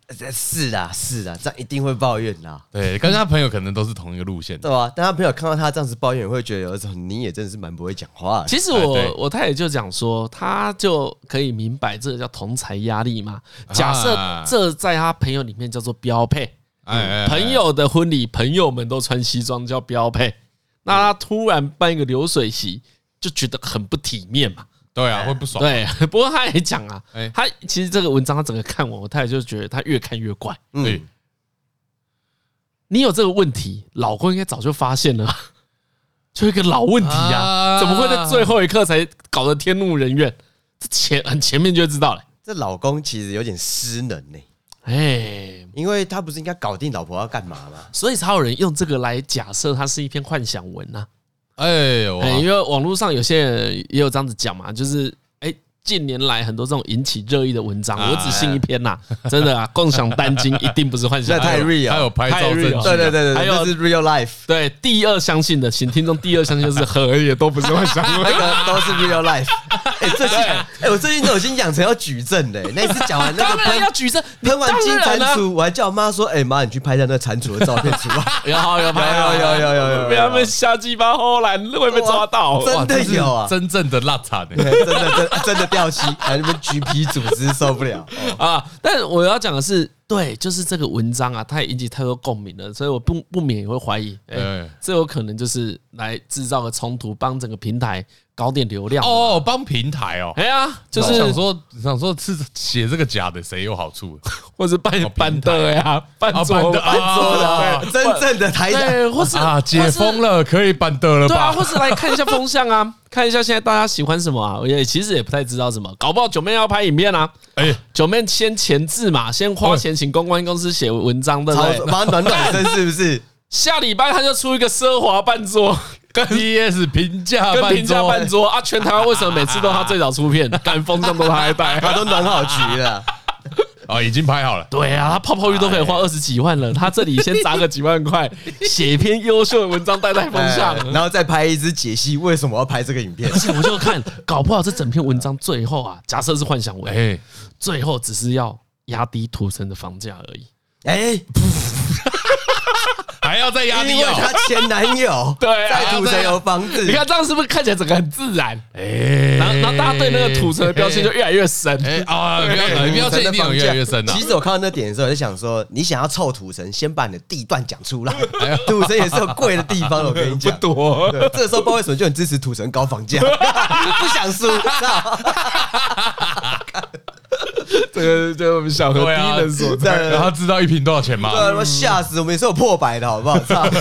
[SPEAKER 3] 是啦，是啦，这样一定会抱怨啦。
[SPEAKER 2] 对，跟他朋友可能都是同一个路线，
[SPEAKER 3] 对啊。但他朋友看到他这样子抱怨，会觉得有一种你也真的是蛮不会讲话的。
[SPEAKER 1] 其实我我太太就讲说，他就可以明白这个叫同侪压力嘛。假设这在他朋友里面叫做标配，朋友的婚礼，朋友们都穿西装叫标配，那他突然办一个流水席，就觉得很不体面嘛。
[SPEAKER 2] 对啊，会不爽。
[SPEAKER 1] 对，不过他也讲啊，他其实这个文章他整个看完，我太太就觉得他越看越怪。嗯，你有这个问题，老公应该早就发现了，就一个老问题啊，怎么会在最后一刻才搞得天怒人怨？这前很前面就知道了。
[SPEAKER 3] 这老公其实有点失能呢，哎，因为他不是应该搞定老婆要干嘛吗？
[SPEAKER 1] 所以才有人用这个来假设它是一篇幻想文啊。哎
[SPEAKER 2] 呦，
[SPEAKER 1] 因为网络上有些人也有这样子讲嘛，就是哎，近年来很多这种引起热议的文章，我只信一篇呐，真的啊，共享单金一定不是幻想，
[SPEAKER 3] 那太 real，
[SPEAKER 2] 还有拍照证据，
[SPEAKER 3] 对对对对，
[SPEAKER 1] 还有
[SPEAKER 3] 是 real life，
[SPEAKER 1] 对，第二相信的，请听众第二相信就是和也都不是幻想，
[SPEAKER 3] 那个都是 real life。哎，最近哎，我最近都已经养成要举证的，那一次讲完那个
[SPEAKER 1] 喷要举证，
[SPEAKER 3] 喷完金蟾蜍，我还叫我妈说，哎妈，你去拍一下那蟾蜍的照片出来，
[SPEAKER 1] 有有有
[SPEAKER 3] 有有有有有，
[SPEAKER 1] 被他们瞎鸡巴后来会被抓到，
[SPEAKER 3] 真的有啊，
[SPEAKER 2] 真正的辣惨，
[SPEAKER 3] 真的真真的掉漆，还那边橘皮组织受不了
[SPEAKER 1] 啊！但我要讲的是，对，就是这个文章啊，它也引起太多共鸣了，所以我不不免也会怀疑，哎，这有可能就是来制造个冲突，帮整个平台搞点流量
[SPEAKER 2] 哦，帮平台哦，
[SPEAKER 1] 哎呀，就是
[SPEAKER 2] 想说想说是写这个假的谁有好处，
[SPEAKER 1] 或者办办的呀，办桌的，办桌的，
[SPEAKER 3] 真正的台
[SPEAKER 1] 对，或是
[SPEAKER 2] 啊解封了可以办的了吧？
[SPEAKER 1] 对啊，或是来看一下风向啊，看一下现在大家喜欢什么啊？我也其实也不太知道什么，搞不好九妹要拍影片啊，哎，九妹先前置嘛，先花钱请公关公司写文章，对不对？
[SPEAKER 3] 把它暖暖身是不是？
[SPEAKER 1] 下礼拜他就出一个奢华办桌。
[SPEAKER 2] 跟 P S 平价
[SPEAKER 1] 跟平价办桌啊，全台湾为什么每次都他最早出片？赶风向都他来带，
[SPEAKER 3] 他都暖好局了。
[SPEAKER 2] 哦，已经拍好了。
[SPEAKER 1] 对啊，他泡泡浴都可以花二十几万了，他这里先砸个几万块，写一篇优秀的文章带带风向，
[SPEAKER 3] 然后再拍一支解析为什么要拍这个影片。
[SPEAKER 1] 而且我就看，搞不好这整篇文章最后啊，假设是幻想文，哎，最后只是要压低土城的房价而已。哎。
[SPEAKER 2] 还要再压低哦，
[SPEAKER 3] 她前男友
[SPEAKER 1] 对，
[SPEAKER 3] 在土城有房子，
[SPEAKER 1] 你看这样是不是看起来整个很自然？哎，然后然后大家对那个土城的标签就越来越深。哎
[SPEAKER 2] 啊，标签一定有越来越深的。
[SPEAKER 3] 其实我看到那点的时候，我就想说，你想要臭土城，先把你的地段讲出来。土城也是有贵的地方，我跟你讲，
[SPEAKER 1] 不多。
[SPEAKER 3] 这个时候不知道为什么就很支持土城高房价，不想输。
[SPEAKER 1] 这个就是我们小何第一人所在，
[SPEAKER 2] 然后知道一瓶多少钱吗？
[SPEAKER 3] 对，吓死我们，也是有破百的好不好？操！什么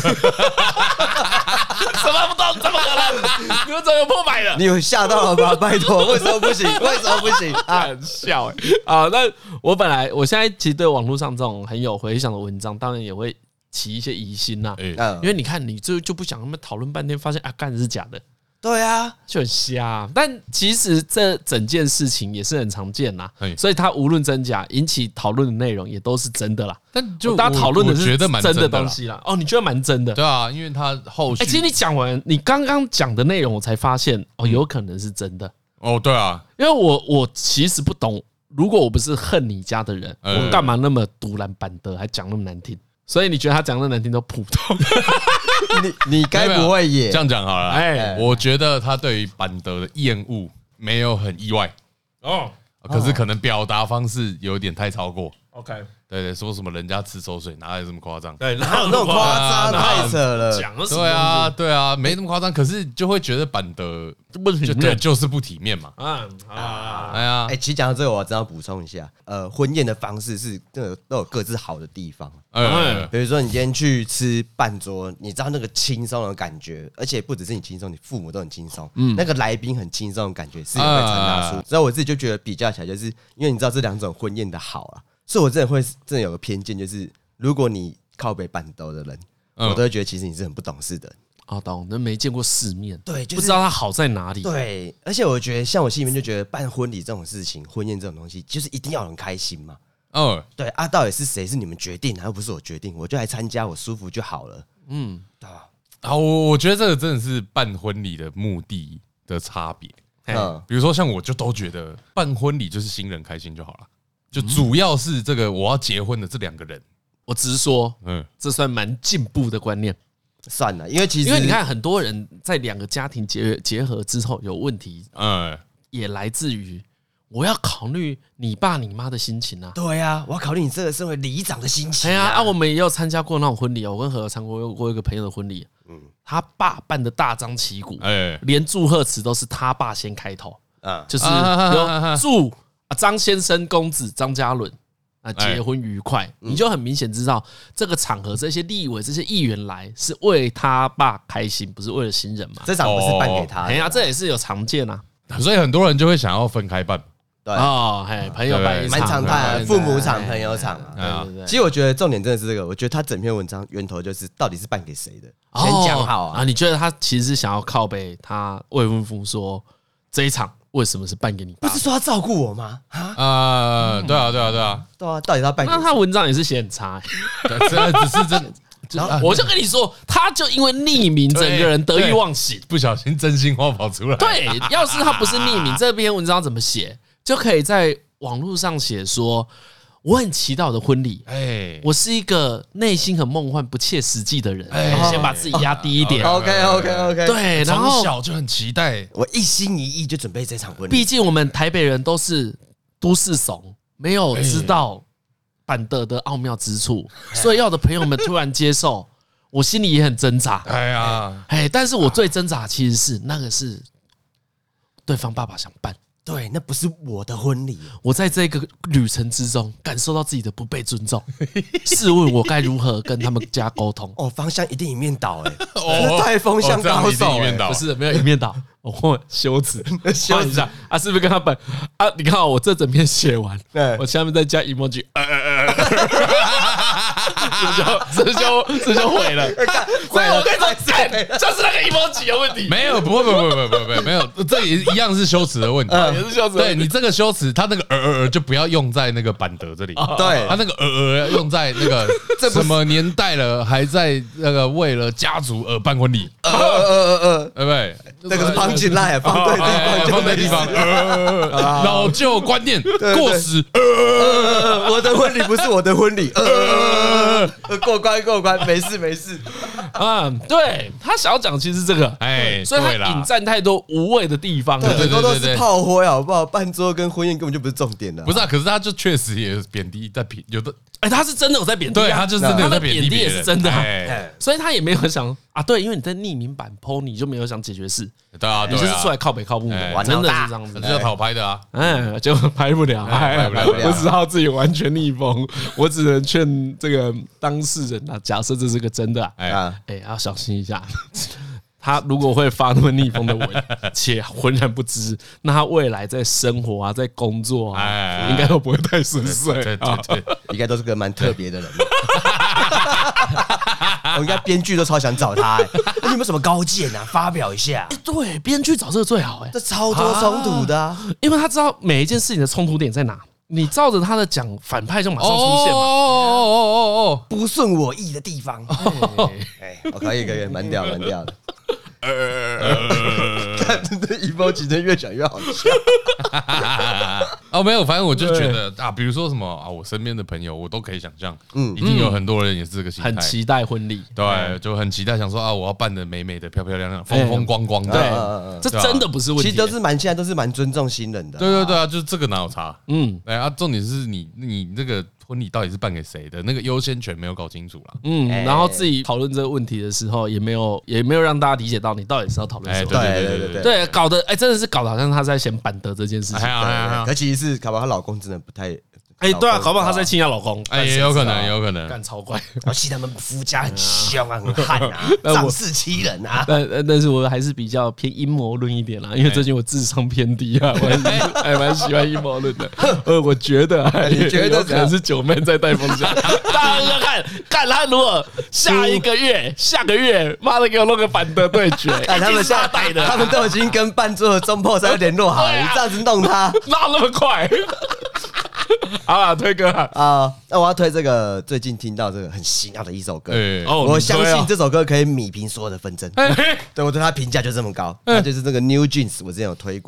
[SPEAKER 1] 不懂？怎么可能？你们怎么有破百的？
[SPEAKER 3] 你有吓到了吗？拜托，为什么不行？为什么不行？
[SPEAKER 1] 啊，笑哎啊！那我本来我现在其实对网络上这种很有回响的文章，当然也会起一些疑心呐。因为你看，你就就不想他们讨论半天，发现啊，干的是假的。
[SPEAKER 3] 对啊，
[SPEAKER 1] 就很瞎。但其实这整件事情也是很常见啦，所以它无论真假，引起讨论的内容也都是真的啦。
[SPEAKER 2] 但就
[SPEAKER 1] 大家讨论的是
[SPEAKER 2] 觉得蛮
[SPEAKER 1] 真的东西啦。哦，你觉得蛮真的？
[SPEAKER 2] 对啊，因为它后续，
[SPEAKER 1] 哎，其实你讲完你刚刚讲的内容，我才发现哦，有可能是真的。
[SPEAKER 2] 哦，对啊，
[SPEAKER 1] 因为我我其实不懂，如果我不是恨你家的人，我干嘛那么独揽板德，还讲那么难听？所以你觉得他讲的难听都普通？
[SPEAKER 3] 你你该不会也
[SPEAKER 2] 这样讲好了？哎，我觉得他对于板德的厌恶没有很意外哦，可是可能表达方式有点太超过。OK， 对对，说什么人家吃馊水，哪有这么夸张？
[SPEAKER 3] 对，哪有那么夸张？太扯了。
[SPEAKER 2] 对啊，对啊，没那么夸张，可是就会觉得板德
[SPEAKER 1] 不体面，
[SPEAKER 2] 就是不体面嘛。
[SPEAKER 3] 啊啊，哎呀，哎，其实讲到这个，我真要补充一下，呃，婚宴的方式是都有都有各自好的地方。嗯，比如说你今天去吃半桌，你知道那个轻松的感觉，而且不只是你轻松，你父母都很轻松。嗯，那个来宾很轻松的感觉是有被传达出。所以我自己就觉得比较起来，就是因为你知道这两种婚宴的好啊。所以，我真的会真的有个偏见，就是如果你靠北板斗的人，嗯、我都会觉得其实你是很不懂事的。
[SPEAKER 1] 哦，懂，那没见过世面，
[SPEAKER 3] 对，就是、
[SPEAKER 1] 不知道它好在哪里。
[SPEAKER 3] 对，而且我觉得，像我心里面就觉得办婚礼这种事情，婚宴这种东西，就是一定要很开心嘛。嗯，对啊，到底是谁是你们决定，又不是我决定，我就来参加，我舒服就好了。嗯，
[SPEAKER 2] 对啊。好，我觉得这个真的是办婚礼的目的的差别。嗯，比如说像我就都觉得办婚礼就是新人开心就好了。 就主要是这个我要结婚的这两个人。
[SPEAKER 1] 我直说，嗯，这算蛮进步的观念。
[SPEAKER 3] 算了，因为其实
[SPEAKER 1] 因为你看，很多人在两个家庭结结合之后有问题，嗯，也来自于我要考虑你爸你妈的心情啊。
[SPEAKER 3] 对啊，我要考虑你这个身为里长的心情啊。
[SPEAKER 1] 哎呀，啊，我们也有参加过那种婚礼啊，我跟何有参过过一个朋友的婚礼，嗯，他爸办的大张旗鼓，哎，连祝贺词都是他爸先开头，啊，就是有祝张先生公子张嘉伦。啊，结婚愉快，你就很明显知道这个场合，这些立委、这些议员来是为他爸开心，不是为了新人嘛？
[SPEAKER 3] 这场不是办给他，
[SPEAKER 1] 哎呀，这也是有常见啊。
[SPEAKER 2] 所以很多人就会想要分开办。
[SPEAKER 3] 对
[SPEAKER 1] 哦，嘿，朋友办一场，
[SPEAKER 3] 蛮常态，父母场、朋友场啊。对对对。其实我觉得重点真的是这个，我觉得他整篇文章源头就是到底是办给谁的，先讲好啊。
[SPEAKER 1] 啊，你觉得他其实是想要靠北他未婚夫说这一场。为什么是办给你爸？
[SPEAKER 3] 不是说他照顾我吗？
[SPEAKER 2] 啊，对啊，对啊，对啊，
[SPEAKER 3] 对啊，到底他办给？
[SPEAKER 1] 那他文章也是写很差，
[SPEAKER 2] 这只是真。
[SPEAKER 1] 然后我就跟你说，他就因为匿名，整个人得意忘形，
[SPEAKER 2] 不小心真心话跑出来。
[SPEAKER 1] 对，要是他不是匿名，这篇文章怎么写？就可以在网络上写说。我很期待我的婚礼，哎，我是一个内心很梦幻、不切实际的人，先把自己压低一点。
[SPEAKER 3] OK OK OK，
[SPEAKER 1] 对，然后
[SPEAKER 2] 从小就很期待，
[SPEAKER 3] 我一心一意就准备这场婚礼。
[SPEAKER 1] 毕竟我们台北人都是都市怂，没有知道板德的奥妙之处，所以要的朋友们突然接受，我心里也很挣扎。哎呀，哎，但是我最挣扎其实是那个是对方爸爸想办。
[SPEAKER 3] 对，那不是我的婚礼。
[SPEAKER 1] 我在这个旅程之中感受到自己的不被尊重，试问我该如何跟他们家沟通？
[SPEAKER 3] 哦，方向一定一面倒哎、欸，哦，太风向高手哎、
[SPEAKER 1] 欸，不是没有一面倒，我羞耻，羞一下啊，是不是跟他本啊？你看我这整篇写完，我下面再加 emoji， 呃呃呃，这就这就这就毁了，所以我跟你说，就是那个 emoji 有问题。
[SPEAKER 2] 没有，不不不不不不没有，这也一样是羞耻的问题。
[SPEAKER 1] 也是羞耻。
[SPEAKER 2] 对你这个羞耻，他那个呃呃呃就不要用在那个板德这里。
[SPEAKER 3] 对，
[SPEAKER 2] 他那个呃呃用在那个什么年代了，还在那个为了家族而办婚礼。呃呃呃呃，对不对？
[SPEAKER 3] 那个是放进来，放对地方，
[SPEAKER 2] 放对地方。老旧观念过时。
[SPEAKER 3] 我的婚礼不是我的婚礼。过关过关，没事没事。
[SPEAKER 1] 嗯，对他想要讲其实这个，哎，所以他引战太多无谓的地方。
[SPEAKER 3] 对对对对对，炮灰好不好？办桌跟婚宴根本就不是重点的。
[SPEAKER 2] 不是啊，可是他就确实也贬低在贬，有的
[SPEAKER 1] 哎，他是真的有在贬低，
[SPEAKER 2] 对他就是真的有在贬低，
[SPEAKER 1] 也是真的，所以他也没有想啊，对，因为你在匿名版 po， 你就没有想解决事，
[SPEAKER 2] 对啊，
[SPEAKER 1] 你就是出来靠北靠木的，真的是这样子，
[SPEAKER 2] 这叫讨拍的啊，
[SPEAKER 1] 哎，结果拍不了，拍不了，我只好自己完全逆风，我只能劝这个当事人啊，假设这是个真的，哎哎，要小心一下。他如果会发那么逆风的文，且浑然不知，那他未来在生活啊，在工作啊，应该都不会太顺遂。
[SPEAKER 2] 对对对，
[SPEAKER 3] 应该都是个蛮特别的人。我应该编剧都超想找他，哎，你有没有什么高见啊？发表一下。
[SPEAKER 1] 对，编剧找这个最好，哎，
[SPEAKER 3] 这超多冲突的，
[SPEAKER 1] 因为他知道每一件事情的冲突点在哪。你照着他的讲，反派就马上出现嘛。哦
[SPEAKER 3] 哦哦哦，不顺我意的地方。哎，我可以可以，蛮屌蛮屌的。看这一包真的越讲越好笑。
[SPEAKER 2] 哦，没有，反正我就觉得啊，比如说什么啊，我身边的朋友，我都可以想象，嗯，一定有很多人也是这个心态，
[SPEAKER 1] 很期待婚礼，
[SPEAKER 2] 对，就很期待，想说啊，我要办的美美的、漂漂亮亮、风风光光的，
[SPEAKER 1] 对，这真的不是问题，
[SPEAKER 3] 其实都是蛮现在都是蛮尊重新人的，
[SPEAKER 2] 对对对啊，就是这个哪有差？嗯，哎啊，重点是你你这个婚礼到底是办给谁的，那个优先权没有搞清楚啦，
[SPEAKER 1] 嗯，然后自己讨论这个问题的时候，也没有也没有让大家理解到你到底是要讨论什么，
[SPEAKER 2] 对对对对
[SPEAKER 1] 对，搞得哎真的是搞得好像他在嫌板德这件事情，
[SPEAKER 3] 可其实是搞不好她老公真的不太。
[SPEAKER 1] 哎，对啊，搞不好她在亲她老公，
[SPEAKER 2] 哎，也有可能，也有可能，
[SPEAKER 1] 干超怪。
[SPEAKER 3] 我记得他们夫家很凶啊，很悍啊，仗势欺人啊。
[SPEAKER 1] 但但是我还是比较偏阴谋论一点啦，因为最近我智商偏低啊，我还蛮喜欢阴谋论的。呃，我觉得，你觉得可能是九妹在带风向，大家要看看他如果下一个月、下个月，妈的给我弄个板德对决，
[SPEAKER 3] 看他们下带的，他们都已经跟半桌的中破三联络好了，你这样子弄他，
[SPEAKER 1] 哪那么快？好啦，推歌啊、
[SPEAKER 3] 呃！那我要推这个最近听到这个很洗脑的一首歌，欸哦、我相信这首歌可以弭平所有的纷争。欸、对我对他评价就这么高，他就是这个 New Jeans， 我之前有推过。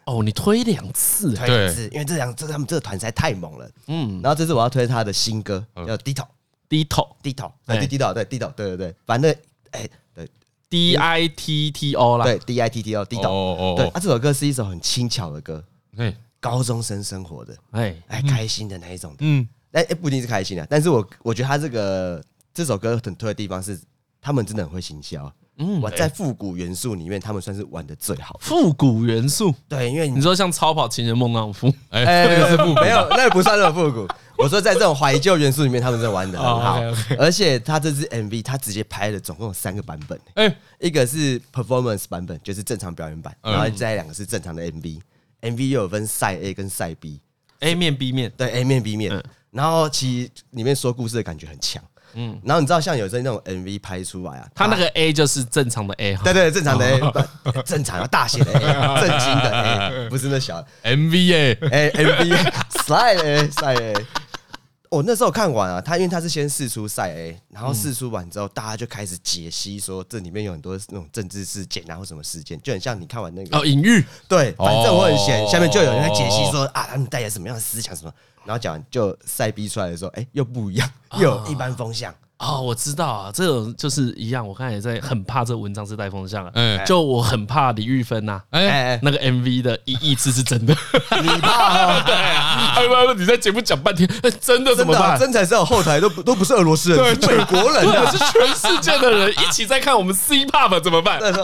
[SPEAKER 1] 哦，你推两次，
[SPEAKER 3] 推两次，因为这两这他们这个团实在太猛了。嗯，然后这次我要推他的新歌，叫《低头》，
[SPEAKER 1] 低头，
[SPEAKER 3] 低头，对，低头，对，低头，对对对，反正哎，对
[SPEAKER 1] ，D I T T O 啦，
[SPEAKER 3] 对 ，D I T T O， 低头。哦哦，对，啊，这首歌是一首很轻巧的歌，高中生生活的，哎哎，开心的那一种的。嗯，哎哎，不一定是开心的，但是我我觉得他这个这首歌很推的地方是，他们真的很会行销。嗯，我在复古元素里面，他们算是玩的最好。
[SPEAKER 1] 复古元素，
[SPEAKER 3] 对，因为
[SPEAKER 1] 你说像超跑情人梦那种复，
[SPEAKER 2] 哎，那个是复古，
[SPEAKER 3] 没有，那个不算那种复古。我说在这种怀旧元素里面，他们真的玩的很好。而且他这支 M V， 他直接拍了总共有三个版本，哎，一个是 performance 版本，就是正常表演版，然后再两个是正常的 M V。M V 又有分赛 A 跟赛 B，A
[SPEAKER 1] 面 B 面，
[SPEAKER 3] 对 A 面 B 面。然后其实里面说故事的感觉很强。嗯，然后你知道像有时候那种 M V 拍出来啊，
[SPEAKER 1] 他那个 A 就是正常的 A，
[SPEAKER 3] 对对，正常的 A， 正常的大写的 A， 正经的 A， 不是那小
[SPEAKER 2] M V A，
[SPEAKER 3] 哎 M V Side A Side A。我那时候看完啊，他因为他是先释出赛 A， 然后释出完之后，大家就开始解析说这里面有很多那种政治事件啊或什么事件，就很像你看完那个
[SPEAKER 1] 哦隐喻，
[SPEAKER 3] 对，反正我很闲，下面就有人在解析说啊他们带来什么样的思想什么，然后讲完就赛 B 出来的时候，哎又不一样，又有一般风向。
[SPEAKER 1] 哦，我知道啊，这种就是一样。我刚才也在很怕这个文章是带风向啊，嗯，就我很怕李玉芬呐，哎，那个 M V 的一亿次是真的，
[SPEAKER 3] 你怕？
[SPEAKER 1] 对啊，不不，你在节目讲半天，真的怎么办？
[SPEAKER 3] 真才是有后台都都不是俄罗斯人，是美国人，
[SPEAKER 1] 是全世界的人一起在看我们 C pop 怎么办 ？C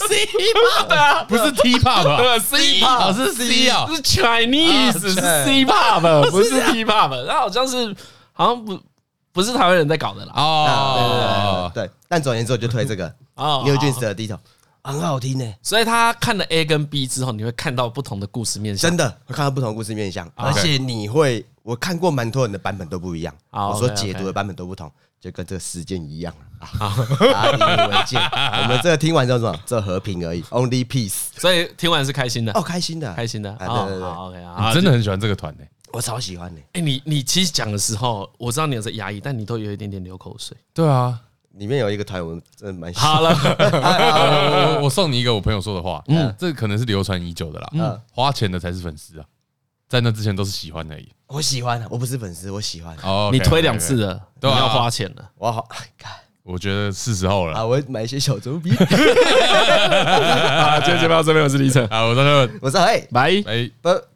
[SPEAKER 1] pop 啊，
[SPEAKER 2] 不是 T pop，
[SPEAKER 1] 对 ，C pop
[SPEAKER 2] 是 C 啊，
[SPEAKER 1] 是 Chinese， 是 C pop， 不是 T pop， 它好像是好像不。不是台湾人在搞的啦
[SPEAKER 3] 哦，对对对，但总而言之我就推这个 New Jeans 的低头，很好听呢。
[SPEAKER 1] 所以他看了 A 跟 B 之后，你会看到不同的故事面向，
[SPEAKER 3] 真的会看到不同的故事面向，而且你会，我看过蛮多人的版本都不一样，我说解读的版本都不同，就跟这个事件一样啊。大家引以为戒，我们这个听完叫什么？这和平而已 ，Only Peace。
[SPEAKER 1] 所以听完是开心的
[SPEAKER 3] 哦，开心的，
[SPEAKER 1] 开心的。
[SPEAKER 3] 对对对
[SPEAKER 1] ，OK 啊，
[SPEAKER 2] 你真的很喜欢这个团呢。
[SPEAKER 3] 我超喜欢的。
[SPEAKER 1] 哎，你你其实讲的时候，我知道你有在压抑，但你都有一点点流口水。
[SPEAKER 2] 对啊，
[SPEAKER 3] 里面有一个团，我真的蛮喜
[SPEAKER 1] 欢。好了，
[SPEAKER 2] 我我送你一个我朋友说的话，嗯，这可能是流传已久的啦。嗯，花钱的才是粉丝啊，在那之前都是喜欢而已。
[SPEAKER 3] 我喜欢，我不是粉丝，我喜欢。
[SPEAKER 2] 哦，
[SPEAKER 1] 你推两次了，都要花钱了。
[SPEAKER 3] 我好，
[SPEAKER 2] 我觉得是时候了
[SPEAKER 3] 啊！我买一些小周边。
[SPEAKER 1] 好，今天节目到这边，我是李晨，
[SPEAKER 2] 啊，我是乐，
[SPEAKER 3] 我是嘿，
[SPEAKER 1] 拜
[SPEAKER 2] 拜。